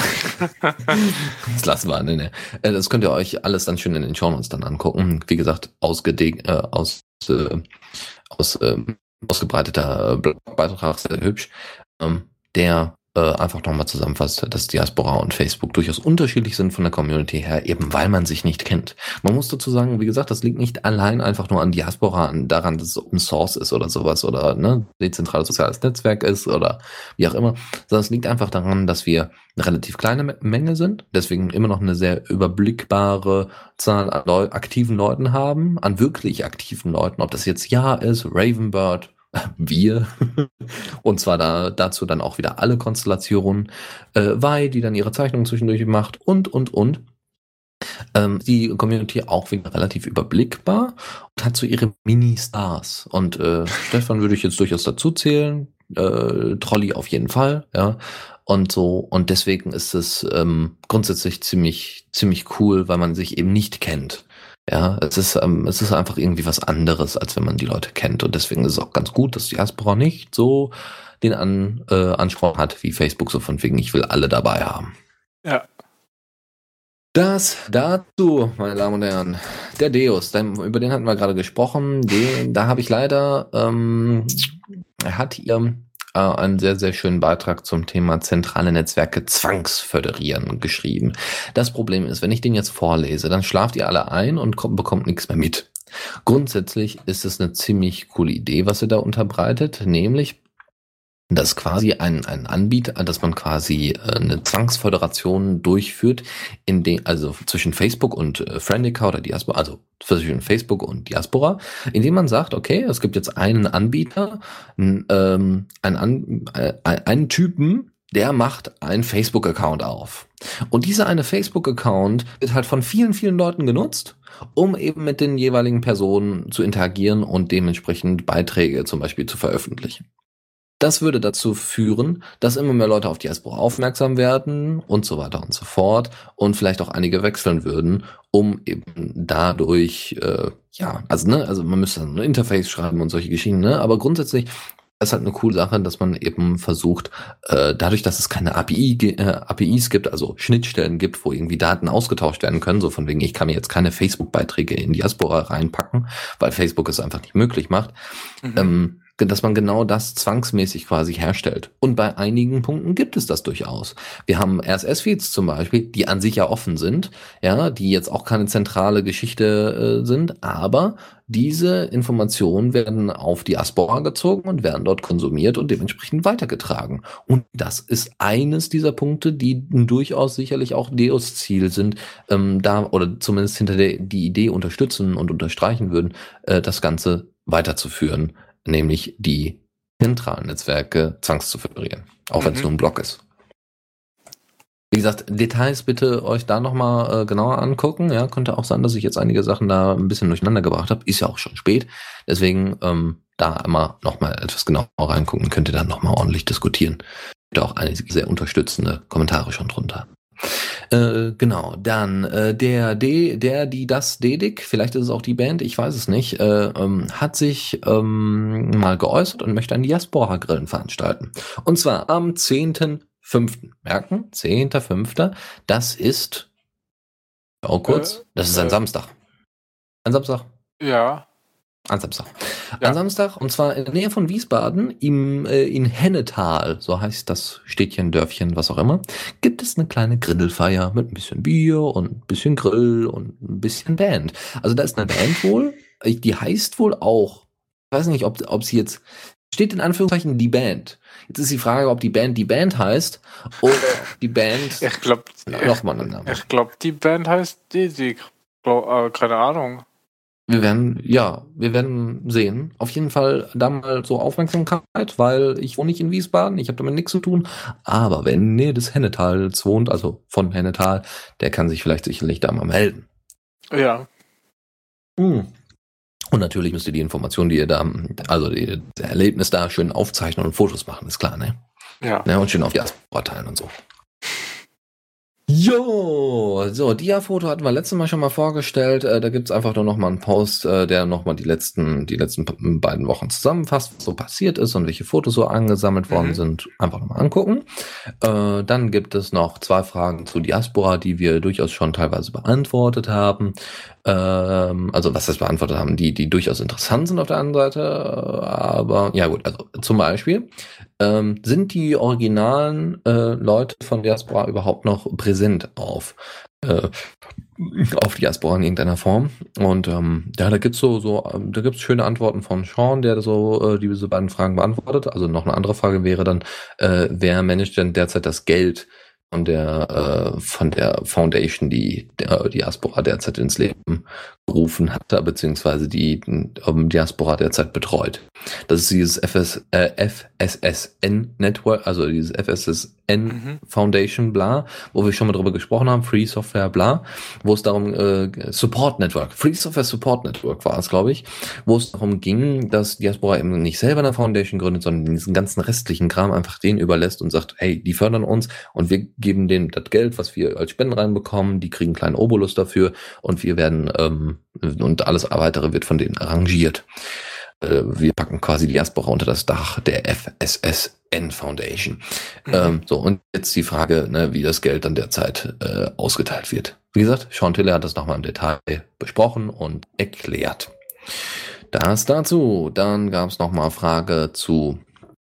Das lassen wir. Ne, ne. Das könnt ihr euch alles dann schön in den Shownotes dann angucken. Wie gesagt, ausgedeckt, äh, aus äh, aus äh, ausgebreiteter Blogbeitrag, sehr hübsch, ähm, der äh, einfach nochmal zusammenfasst, dass Diaspora und Facebook durchaus unterschiedlich sind von der Community her, eben weil man sich nicht kennt. Man muss dazu sagen, wie gesagt, das liegt nicht allein einfach nur an Diaspora, an daran, dass es Open Source ist oder sowas oder ne, dezentrales soziales Netzwerk ist oder wie auch immer, sondern es liegt einfach daran, dass wir eine relativ kleine Menge sind, deswegen immer noch eine sehr überblickbare Zahl an Leu- aktiven Leuten haben, an wirklich aktiven Leuten, ob das jetzt Ja ist, Ravenbird, wir, und zwar da dazu dann auch wieder alle Konstellationen, äh, Wei, die dann ihre Zeichnungen zwischendurch macht und, und, und. Ähm, die Community auch wieder relativ überblickbar und hat so ihre Mini-Stars. Und äh, Stefan würde ich jetzt durchaus dazu zählen, äh, Trolli auf jeden Fall, ja. Und so, und deswegen ist es ähm, grundsätzlich ziemlich, ziemlich cool, weil man sich eben nicht kennt. Ja, es ist, ähm, es ist einfach irgendwie was anderes, als wenn man die Leute kennt. Und deswegen ist es auch ganz gut, dass Diaspora nicht so den An, äh, Anspruch hat wie Facebook, so von wegen, ich will alle dabei haben. Ja. Das dazu, meine Damen und Herren, der Deus, den, über den hatten wir gerade gesprochen. Den, da habe ich leider, ähm, er hat hier äh, einen sehr, sehr schönen Beitrag zum Thema zentrale Netzwerke zwangsföderieren geschrieben. Das Problem ist, wenn ich den jetzt vorlese, dann schlaft ihr alle ein und kommt, bekommt nichts mehr mit. Grundsätzlich ist es eine ziemlich coole Idee, was er da unterbreitet, nämlich dass quasi ein, ein Anbieter, dass man quasi eine Zwangsföderation durchführt, in dem, also zwischen Facebook und äh, Friendica oder Diaspora, also zwischen Facebook und Diaspora, indem man sagt, okay, es gibt jetzt einen Anbieter, n, ähm, einen, äh, einen Typen, der macht einen Facebook-Account auf. Und dieser eine Facebook-Account wird halt von vielen, vielen Leuten genutzt, um eben mit den jeweiligen Personen zu interagieren und dementsprechend Beiträge zum Beispiel zu veröffentlichen. Das würde dazu führen, dass immer mehr Leute auf Diaspora aufmerksam werden und so weiter und so fort und vielleicht auch einige wechseln würden, um eben dadurch, äh, ja, also ne, also man müsste ein Interface schreiben und solche Geschichten, ne, aber grundsätzlich, Das ist halt eine coole Sache, dass man eben versucht, äh, dadurch, dass es keine A P I, äh, A P Is gibt, also Schnittstellen gibt, wo irgendwie Daten ausgetauscht werden können, so von wegen, ich kann mir jetzt keine Facebook-Beiträge in Diaspora reinpacken, weil Facebook es einfach nicht möglich macht, mhm. ähm, dass man genau das zwangsmäßig quasi herstellt. Und bei einigen Punkten gibt es das durchaus. Wir haben R S S-Feeds zum Beispiel, die an sich ja offen sind, ja, die jetzt auch keine zentrale Geschichte äh, sind, aber diese Informationen werden auf Diaspora gezogen und werden dort konsumiert und dementsprechend weitergetragen. Und das ist eines dieser Punkte, die durchaus sicherlich auch Deos Ziel sind, ähm, da oder zumindest hinter der die Idee unterstützen und unterstreichen würden, äh, das Ganze weiterzuführen, nämlich die zentralen Netzwerke zwangszuführen, auch mhm. wenn es nur ein Block ist. Wie gesagt, Details bitte euch da nochmal äh, genauer angucken. Ja, könnte auch sein, dass ich jetzt einige Sachen da ein bisschen durcheinander gebracht habe. Ist ja auch schon spät. Deswegen ähm, da einmal nochmal etwas genauer reingucken, könnt ihr dann nochmal ordentlich diskutieren. Gibt auch einige sehr unterstützende Kommentare schon drunter. Äh, genau, dann äh, der D, der, die, das D-Dick, vielleicht ist es auch die Band, ich weiß es nicht, äh, ähm, hat sich ähm, mal geäußert und möchte ein Diaspora-Grillen veranstalten. Und zwar am zehnten fünften Merken, zehnter fünfter Das ist, auch kurz, äh, das ist ein äh, Samstag. Ein Samstag? Ja. Ein Samstag. Ja. Ein Samstag, und zwar in der Nähe von Wiesbaden, im, äh, in Hennetal, so heißt das Städtchen, Dörfchen, was auch immer, gibt es eine kleine Grillenfeier mit ein bisschen Bier und ein bisschen Grill und ein bisschen Band. Also da ist eine Band wohl, die heißt wohl auch, ich weiß nicht, ob, ob sie jetzt, steht in Anführungszeichen die Band. Jetzt ist die Frage, ob die Band die Band heißt oder die Band ich glaub, nochmal einen Namen. Ich glaube, die Band heißt die, die glaub, äh, keine Ahnung. Wir werden, ja, wir werden sehen. Auf jeden Fall da mal so Aufmerksamkeit, weil ich wohne nicht in Wiesbaden, ich habe damit nichts zu tun. Aber wenn in Nähe des Hennetals wohnt, also von Hennetal, der kann sich vielleicht sicherlich da mal melden. Ja. Hm. Und natürlich müsst ihr die Informationen, die ihr da, also die, das Erlebnis da schön aufzeichnen und Fotos machen, ist klar, ne? Ja. Ne, und schön auf die Diaspora teilen und so. Jo, so, Dia-Foto hatten wir letztes Mal schon mal vorgestellt. Äh, da gibt's einfach nur noch mal einen Post, äh, der noch mal die letzten, die letzten beiden Wochen zusammenfasst, was so passiert ist und welche Fotos so angesammelt worden mhm. sind. Einfach noch mal angucken. Äh, dann gibt es noch zwei Fragen zu Diaspora, die wir durchaus schon teilweise beantwortet haben. Ähm, also was das beantwortet haben, die, die durchaus interessant sind auf der anderen Seite. Aber ja gut, also zum Beispiel, ähm, sind die originalen äh, Leute von Diaspora überhaupt noch präsent auf äh, auf Diaspora in irgendeiner Form? Und ähm, ja, da gibt's so so, da gibt's schöne Antworten von Sean, der so äh, diese beiden Fragen beantwortet. Also noch eine andere Frage wäre dann, äh, wer managt denn derzeit das Geld von der äh, von der Foundation, die der Diaspora derzeit ins Leben gerufen hat, beziehungsweise die ähm, Diaspora derzeit betreut. Das ist dieses F S, äh, F S S N Network, also dieses F S S N mhm. Foundation, bla, wo wir schon mal drüber gesprochen haben, Free Software, bla, wo es darum, äh, Support Network, Free Software Support Network war es, glaube ich, wo es darum ging, dass Diaspora eben nicht selber eine Foundation gründet, sondern diesen ganzen restlichen Kram einfach denen überlässt und sagt, hey, die fördern uns und wir geben denen das Geld, was wir als Spenden reinbekommen, die kriegen einen kleinen Obolus dafür und wir werden, ähm, und alles weitere wird von denen arrangiert. Äh, wir packen quasi Diaspora unter das Dach der F S S N Foundation. Mhm. Ähm, so, und jetzt die Frage, ne, wie das Geld dann derzeit äh, ausgeteilt wird. Wie gesagt, Sean Tiller hat das nochmal im Detail besprochen und erklärt. Das dazu. Dann gab es nochmal Frage zu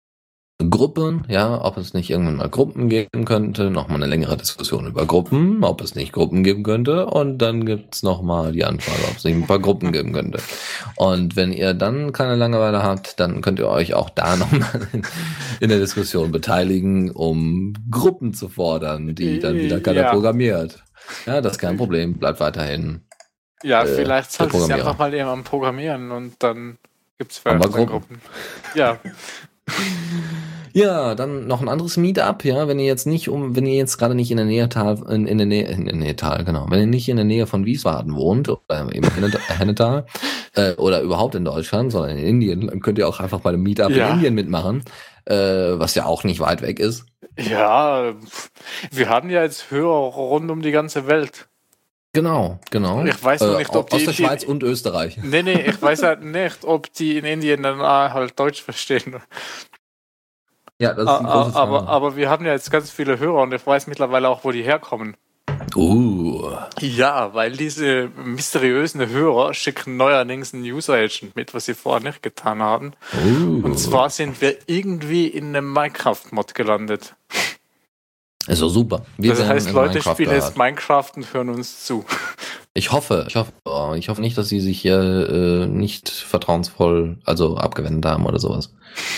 Gruppen, ja, ob es nicht irgendwann mal Gruppen geben könnte, nochmal eine längere Diskussion über Gruppen, ob es nicht Gruppen geben könnte und dann gibt's nochmal die Anfrage, ob es nicht ein paar Gruppen geben könnte. Und wenn ihr dann keine Langeweile habt, dann könnt ihr euch auch da nochmal in, in der Diskussion beteiligen, um Gruppen zu fordern, die dann wieder keiner ja. programmiert. Ja, das ist kein Problem, bleibt weiterhin. Ja, äh, vielleicht sollte es einfach mal jemand programmieren und dann gibt's vielleicht Gruppen. Gruppen. Ja. Ja, dann noch ein anderes Meetup, ja, wenn ihr jetzt nicht um, wenn ihr jetzt gerade nicht in der Nähe Tal, in, in der Nähe, in der Nähe Tal, genau, wenn ihr nicht in der Nähe von Wiesbaden wohnt oder im Hennetal äh, oder überhaupt in Deutschland, sondern in Indien, dann könnt ihr auch einfach bei einem Meetup ja. in Indien mitmachen, äh, was ja auch nicht weit weg ist. Ja, wir haben ja jetzt Hörer rund um die ganze Welt. Genau, genau. Ich weiß noch nicht, ob die aus der die- Schweiz und Österreich. Nee, nee, ich weiß halt nicht, ob die in Indien dann halt Deutsch verstehen. Ja, das ist die große A- Aber, Frage. aber wir haben ja jetzt ganz viele Hörer und ich weiß mittlerweile auch, wo die herkommen. Uh, Ja, weil diese mysteriösen Hörer schicken neuerdings einen User Agent mit, was sie vorher nicht getan haben. uh. Und zwar sind wir irgendwie in einem Minecraft-Mod gelandet. Ist doch super. Wir Das werden heißt, in Leute Minecraft spielen gehört. jetzt Minecraft und hören uns zu. Ich hoffe, ich hoffe, oh, ich hoffe nicht, dass sie sich hier äh, nicht vertrauensvoll, also abgewendet haben oder sowas.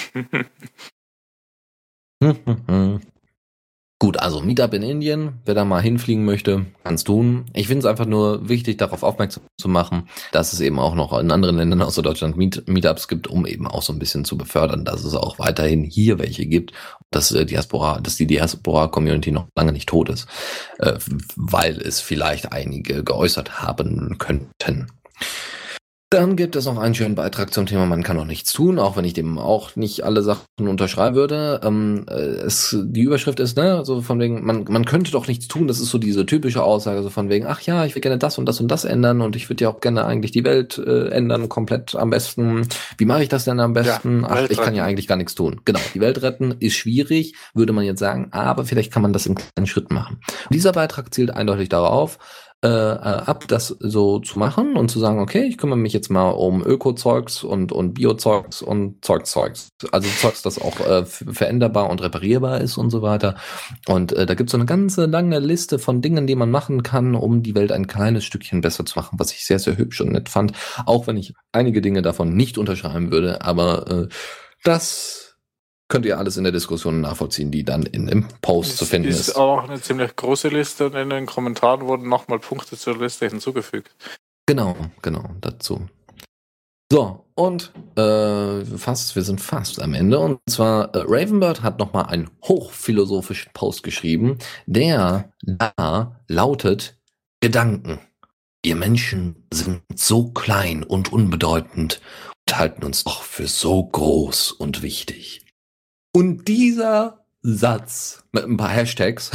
Hm, hm, hm. Gut, also Meetup in Indien, wer da mal hinfliegen möchte, kann's tun. Ich finde es einfach nur wichtig, darauf aufmerksam zu machen, dass es eben auch noch in anderen Ländern außer Deutschland Meet Meetups gibt, um eben auch so ein bisschen zu befördern, dass es auch weiterhin hier welche gibt, dass äh, Diaspora, dass die Diaspora-Community noch lange nicht tot ist, äh, weil es vielleicht einige geäußert haben könnten. Dann gibt es noch einen schönen Beitrag zum Thema "Man kann doch nichts tun", auch wenn ich dem auch nicht alle Sachen unterschreiben würde. Ähm, äh, es, die Überschrift ist, ne, so von wegen, man, man könnte doch nichts tun. Das ist so diese typische Aussage, so von wegen, ach ja, ich will gerne das und das und das ändern und ich würde ja auch gerne eigentlich die Welt äh, ändern, komplett am besten. Wie mache ich das denn am besten? Ja, ach, Welt ich kann ja retten. eigentlich gar nichts tun. Genau, die Welt retten ist schwierig, würde man jetzt sagen, aber vielleicht kann man das in kleinen Schritten machen. Und dieser Beitrag zielt eindeutig darauf, äh, ab, das so zu machen und zu sagen, okay, ich kümmere mich jetzt mal um Öko-Zeugs und, und Bio-Zeugs und Zeug-Zeugs. Also Zeugs, das auch äh, veränderbar und reparierbar ist und so weiter. Und äh, da gibt es so eine ganze lange Liste von Dingen, die man machen kann, um die Welt ein kleines Stückchen besser zu machen, was ich sehr, sehr hübsch und nett fand. Auch wenn ich einige Dinge davon nicht unterschreiben würde, aber äh, das könnt ihr alles in der Diskussion nachvollziehen, die dann in dem Post zu finden ist. Ist auch eine ziemlich große Liste und in den Kommentaren wurden nochmal Punkte zur Liste hinzugefügt. Genau, genau, dazu. So, und äh, fast, wir sind fast am Ende. Und zwar, äh, Ravenbird hat nochmal einen hochphilosophischen Post geschrieben, der da lautet: Gedanken. Wir Menschen sind so klein und unbedeutend und halten uns doch für so groß und wichtig. Und dieser Satz mit ein paar Hashtags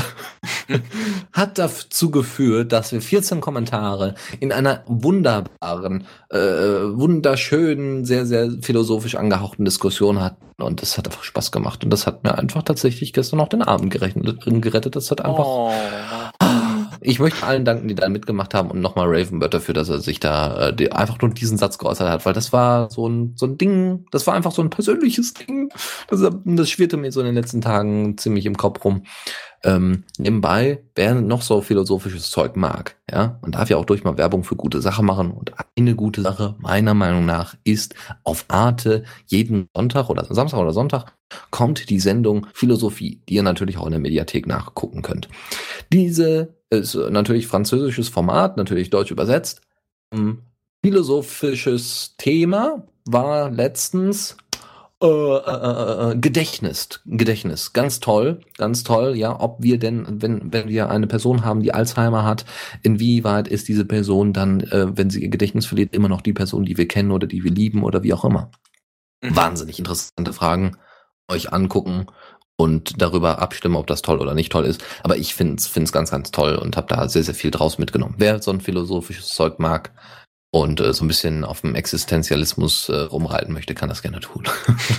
hat dazu geführt, dass wir vierzehn Kommentare in einer wunderbaren, äh, wunderschönen, sehr, sehr philosophisch angehauchten Diskussion hatten. Und das hat einfach Spaß gemacht. Und das hat mir einfach tatsächlich gestern noch den Abend gerechnet, gerettet. Das hat einfach... Oh. Ich möchte allen danken, die da mitgemacht haben, und nochmal Ravenbird dafür, dass er sich da äh, die, einfach nur diesen Satz geäußert hat, weil das war so ein so ein Ding, das war einfach so ein persönliches Ding. Das, das schwirrte mir so in den letzten Tagen ziemlich im Kopf rum. Ähm, nebenbei, wer noch so philosophisches Zeug mag, ja, man darf ja auch durch mal Werbung für gute Sachen machen, und eine gute Sache, meiner Meinung nach, ist auf Arte jeden Sonntag oder Samstag oder Sonntag kommt die Sendung Philosophie, die ihr natürlich auch in der Mediathek nachgucken könnt. Diese ist natürlich französisches Format, natürlich deutsch übersetzt. Ähm, philosophisches Thema war letztens äh, äh, äh, Gedächtnis. Gedächtnis. Ganz toll, ganz toll, ja, ob wir denn, wenn, wenn wir eine Person haben, die Alzheimer hat, inwieweit ist diese Person dann, äh, wenn sie ihr Gedächtnis verliert, immer noch die Person, die wir kennen oder die wir lieben oder wie auch immer. Mhm. Wahnsinnig interessante Fragen, euch angucken und darüber abstimmen, ob das toll oder nicht toll ist. Aber ich finde es ganz, ganz toll und habe da sehr, sehr viel draus mitgenommen. Wer so ein philosophisches Zeug mag und äh, so ein bisschen auf dem Existenzialismus äh, rumreiten möchte, kann das gerne tun.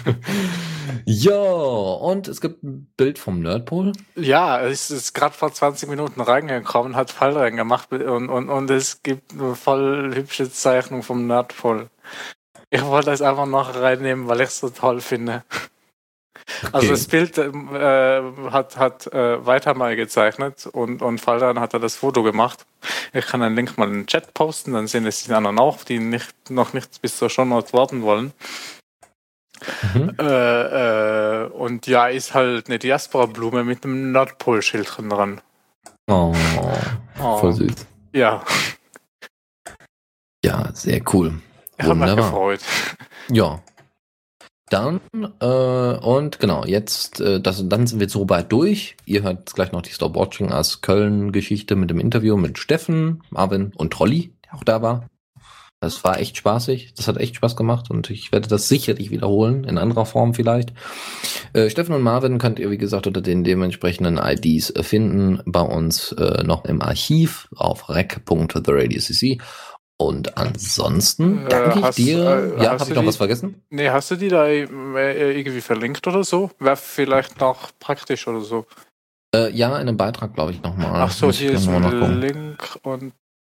Jo, und es gibt ein Bild vom Nerdpol. Ja, es ist gerade vor zwanzig Minuten reingekommen, hat Fall reingemacht und, und, und es gibt eine voll hübsche Zeichnung vom Nerdpol. Ich wollte das einfach noch reinnehmen, weil ich es so toll finde. Okay. Also das Bild äh, hat, hat äh, weiter mal gezeichnet und, und Faldan hat er das Foto gemacht. Ich kann einen Link mal in den Chat posten, dann sehen es die anderen auch, die nicht, noch nicht bis zur Shownotes warten wollen. Mhm. Äh, äh, und ja, ist halt eine Diaspora-Blume mit einem Nordpol-Schildchen dran. Oh, Oh. voll süß. Ja, Ja, sehr cool. ich habe mich Wunderbar. gefreut. Ja. Dann, äh, und genau, jetzt, äh, das, dann sind wir so weit durch. Ihr hört jetzt gleich noch die Stop Watching aus Köln-Geschichte mit dem Interview mit Steffen, Marvin und Trolli, der auch da war. Das war echt spaßig. Das hat echt Spaß gemacht und ich werde das sicherlich wiederholen, in anderer Form vielleicht. Äh, Steffen und Marvin könnt ihr, wie gesagt, unter den dementsprechenden I Ds finden. Bei uns äh, noch im Archiv auf rec punkt the radio c c. Und ansonsten danke ich hast, dir. Äh, ja, habe ich noch die, was vergessen? Nee, hast du die da irgendwie verlinkt oder so? Wäre vielleicht noch praktisch oder so. Äh, ja, in einem Beitrag, glaube ich, nochmal. Ach so, hier ist ein Link und...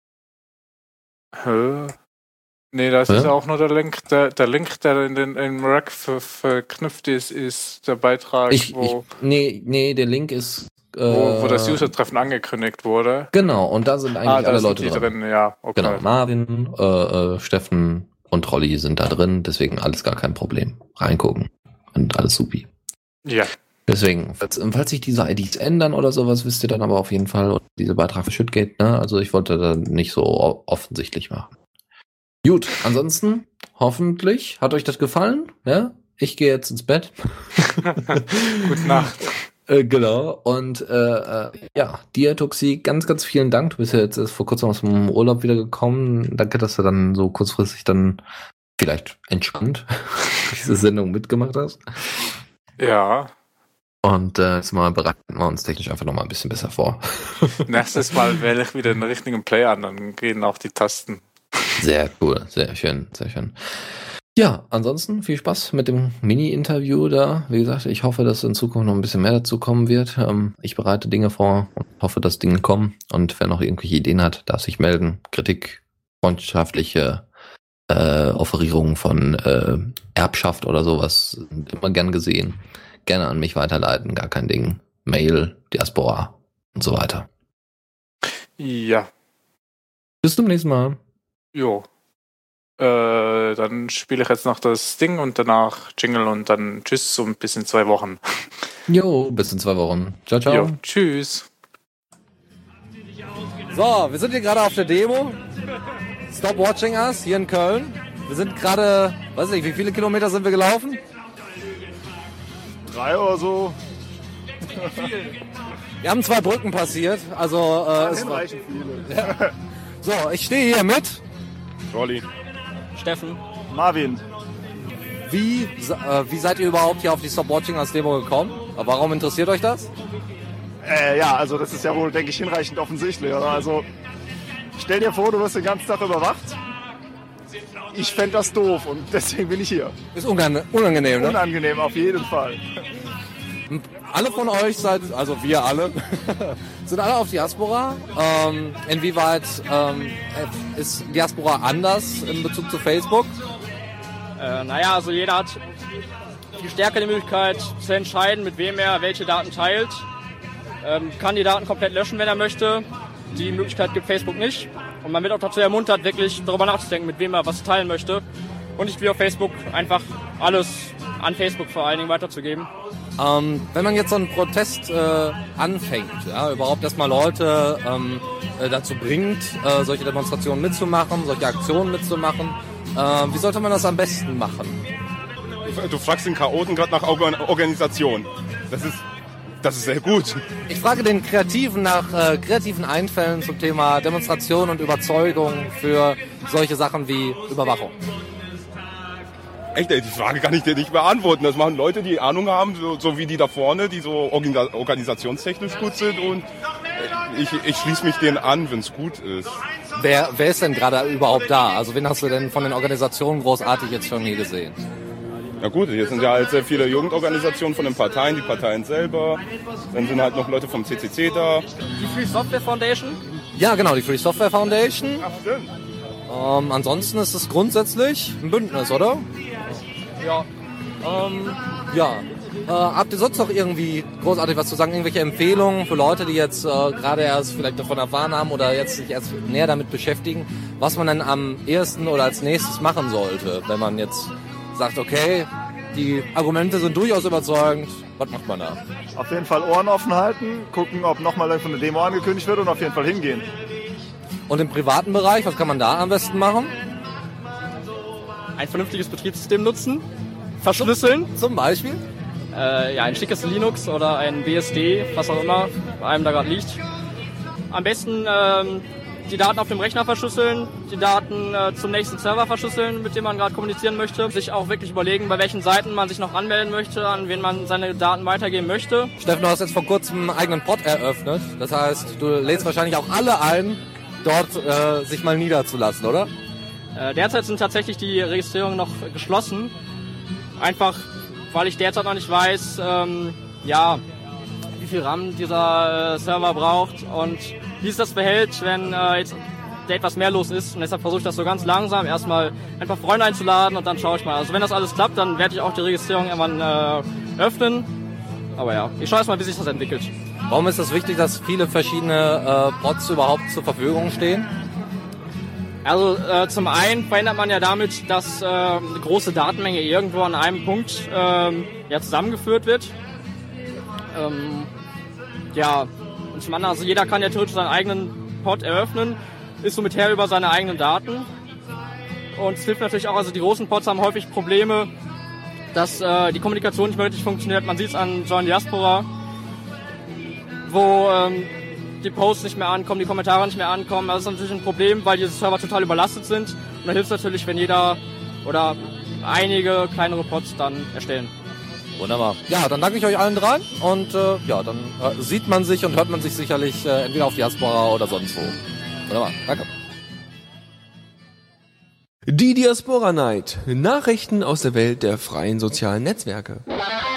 Hä? Nee, das Hä? ist auch nur der Link. Der, der Link, der in den im Rack ver, verknüpft ist, ist der Beitrag, ich, wo... Ich, nee, nee, der Link ist... Äh, wo, wo das User-Treffen angekündigt wurde. Genau, und da sind eigentlich ah, alle Leute drin. drin. Ja, okay. Genau, Marvin, äh, äh, Steffen und Rolli sind da drin, deswegen alles gar kein Problem. Reingucken und alles supi. Ja. Deswegen, falls, falls sich diese I Ds ändern oder sowas, wisst ihr dann aber auf jeden Fall, dieser Beitrag für Shit geht, ne? Also ich wollte da nicht so offensichtlich machen. Gut, ansonsten, hoffentlich hat euch das gefallen, ja? Ich gehe jetzt ins Bett. Gute Nacht. Äh, genau, und äh, ja, dir, Tuxi, ganz, ganz vielen Dank. Du bist ja jetzt erst vor kurzem aus dem Urlaub wieder gekommen. Danke, dass du dann so kurzfristig dann vielleicht entspannt diese Sendung mitgemacht hast. Ja. Und äh, jetzt mal bereiten wir uns technisch einfach nochmal ein bisschen besser vor. Nächstes Mal wähle ich wieder den richtigen Play an, dann gehen auch die Tasten. Sehr cool, sehr schön, sehr schön. Ja, ansonsten viel Spaß mit dem Mini-Interview da. Wie gesagt, ich hoffe, dass in Zukunft noch ein bisschen mehr dazu kommen wird. Ähm, ich bereite Dinge vor und hoffe, dass Dinge kommen. Und wer noch irgendwelche Ideen hat, darf sich melden. Kritik, freundschaftliche äh, Offerierungen von äh, Erbschaft oder sowas sind immer gern gesehen. Gerne an mich weiterleiten, gar kein Ding. Mail, Diaspora und so weiter. Ja. Bis zum nächsten Mal. Jo. Äh, dann spiele ich jetzt noch das Ding und danach Jingle und dann tschüss und bis in zwei Wochen. Jo, bis in zwei Wochen. Ciao, ciao. Jo, tschüss. So, wir sind hier gerade auf der Demo. Stop Watching Us hier in Köln. Wir sind gerade, weiß nicht, wie viele Kilometer sind wir gelaufen? Drei oder so. Wir haben zwei Brücken passiert, also äh, es reichen viele. Ja. So, ich stehe hier mit Rolli, Steffen, Marvin. Wie, äh, wie seid ihr überhaupt hier auf die Stop Watching Us Demo gekommen? Warum interessiert euch das? Äh, ja, also das ist ja wohl, denke ich, hinreichend offensichtlich. Oder? Also stell dir vor, du wirst den ganzen Tag überwacht. Ich fände das doof und deswegen bin ich hier. Ist unangenehm, unangenehm, ne? Unangenehm, auf jeden Fall. Alle von euch seid, also wir alle, sind alle auf Diaspora. Ähm, inwieweit ähm, ist Diaspora anders in Bezug zu Facebook? Äh, naja, also jeder hat viel stärker die Möglichkeit zu entscheiden, mit wem er welche Daten teilt. Ähm, kann die Daten komplett löschen, wenn er möchte. Die Möglichkeit gibt Facebook nicht. Und man wird auch dazu ermuntert, wirklich darüber nachzudenken, mit wem er was teilen möchte. Und nicht wie auf Facebook einfach alles an Facebook vor allen Dingen weiterzugeben. Ähm, wenn man jetzt so einen Protest äh, anfängt, ja, überhaupt erstmal Leute ähm, äh, dazu bringt, äh, solche Demonstrationen mitzumachen, solche Aktionen mitzumachen, äh, wie sollte man das am besten machen? Du fragst den Chaoten gerade nach Organisation. Das ist, das ist sehr gut. Ich frage den Kreativen nach äh, kreativen Einfällen zum Thema Demonstration und Überzeugung für solche Sachen wie Überwachung. Echt, ey, die Frage kann ich dir nicht beantworten. Das machen Leute, die Ahnung haben, so, so wie die da vorne, die so organi- organisationstechnisch gut sind. Und ich, ich schließe mich denen an, wenn es gut ist. Wer, wer ist denn gerade überhaupt da? Also wen hast du denn von den Organisationen großartig jetzt schon hier gesehen? Na gut, hier sind ja halt sehr viele Jugendorganisationen von den Parteien, die Parteien selber. Dann sind halt noch Leute vom C C C da. Die Free Software Foundation? Ja, genau, die Free Software Foundation. Ach, stimmt. Ähm, ansonsten ist es grundsätzlich ein Bündnis, oder? Ja. Ähm, ja. Äh, habt ihr sonst noch irgendwie großartig was zu sagen? Irgendwelche Empfehlungen für Leute, die jetzt äh, gerade erst vielleicht davon erfahren haben oder jetzt sich erst näher damit beschäftigen, was man dann am ehesten oder als nächstes machen sollte, wenn man jetzt sagt, okay, die Argumente sind durchaus überzeugend, was macht man da? Auf jeden Fall Ohren offen halten, gucken, ob nochmal eine Demo angekündigt wird und auf jeden Fall hingehen. Und im privaten Bereich, was kann man da am besten machen? Ein vernünftiges Betriebssystem nutzen, verschlüsseln. Zum Beispiel? Äh, ja, ein schickes Linux oder ein B S D, was auch immer bei einem da gerade liegt. Am besten ähm, die Daten auf dem Rechner verschlüsseln, die Daten äh, zum nächsten Server verschlüsseln, mit dem man gerade kommunizieren möchte, sich auch wirklich überlegen, bei welchen Seiten man sich noch anmelden möchte, an wen man seine Daten weitergeben möchte. Steffen, du hast jetzt vor kurzem einen eigenen Pod eröffnet. Das heißt, du lädst wahrscheinlich auch alle ein, dort äh, sich mal niederzulassen, oder? Äh, derzeit sind tatsächlich die Registrierungen noch geschlossen. Einfach, weil ich derzeit noch nicht weiß, ähm, ja, wie viel RAM dieser äh, Server braucht und wie es das verhält, wenn äh, jetzt da etwas mehr los ist. Und deshalb versuche ich das so ganz langsam, erstmal ein paar Freunde einzuladen und dann schaue ich mal. Also wenn das alles klappt, dann werde ich auch die Registrierung irgendwann äh, öffnen. Aber ja, ich schaue erst mal, wie sich das entwickelt. Warum ist es wichtig, dass viele verschiedene äh, Pods überhaupt zur Verfügung stehen? Also äh, zum einen verhindert man ja damit, dass äh, eine große Datenmenge irgendwo an einem Punkt ähm, ja, zusammengeführt wird. Ähm, ja, und zum anderen, also jeder kann ja theoretisch seinen eigenen Pod eröffnen, ist somit Herr über seine eigenen Daten. Und es hilft natürlich auch, also die großen Pods haben häufig Probleme, dass äh, die Kommunikation nicht mehr richtig funktioniert. Man sieht es an Join Diaspora, wo ähm, die Posts nicht mehr ankommen, die Kommentare nicht mehr ankommen. Das ist natürlich ein Problem, weil diese Server total überlastet sind. Und da hilft es natürlich, wenn jeder oder einige kleinere Pods dann erstellen. Wunderbar. Ja, dann danke ich euch allen dreien und äh, ja, dann äh, sieht man sich und hört man sich sicherlich äh, entweder auf Diaspora oder sonst wo. Wunderbar, danke. Die Diaspora Night. Nachrichten aus der Welt der freien sozialen Netzwerke.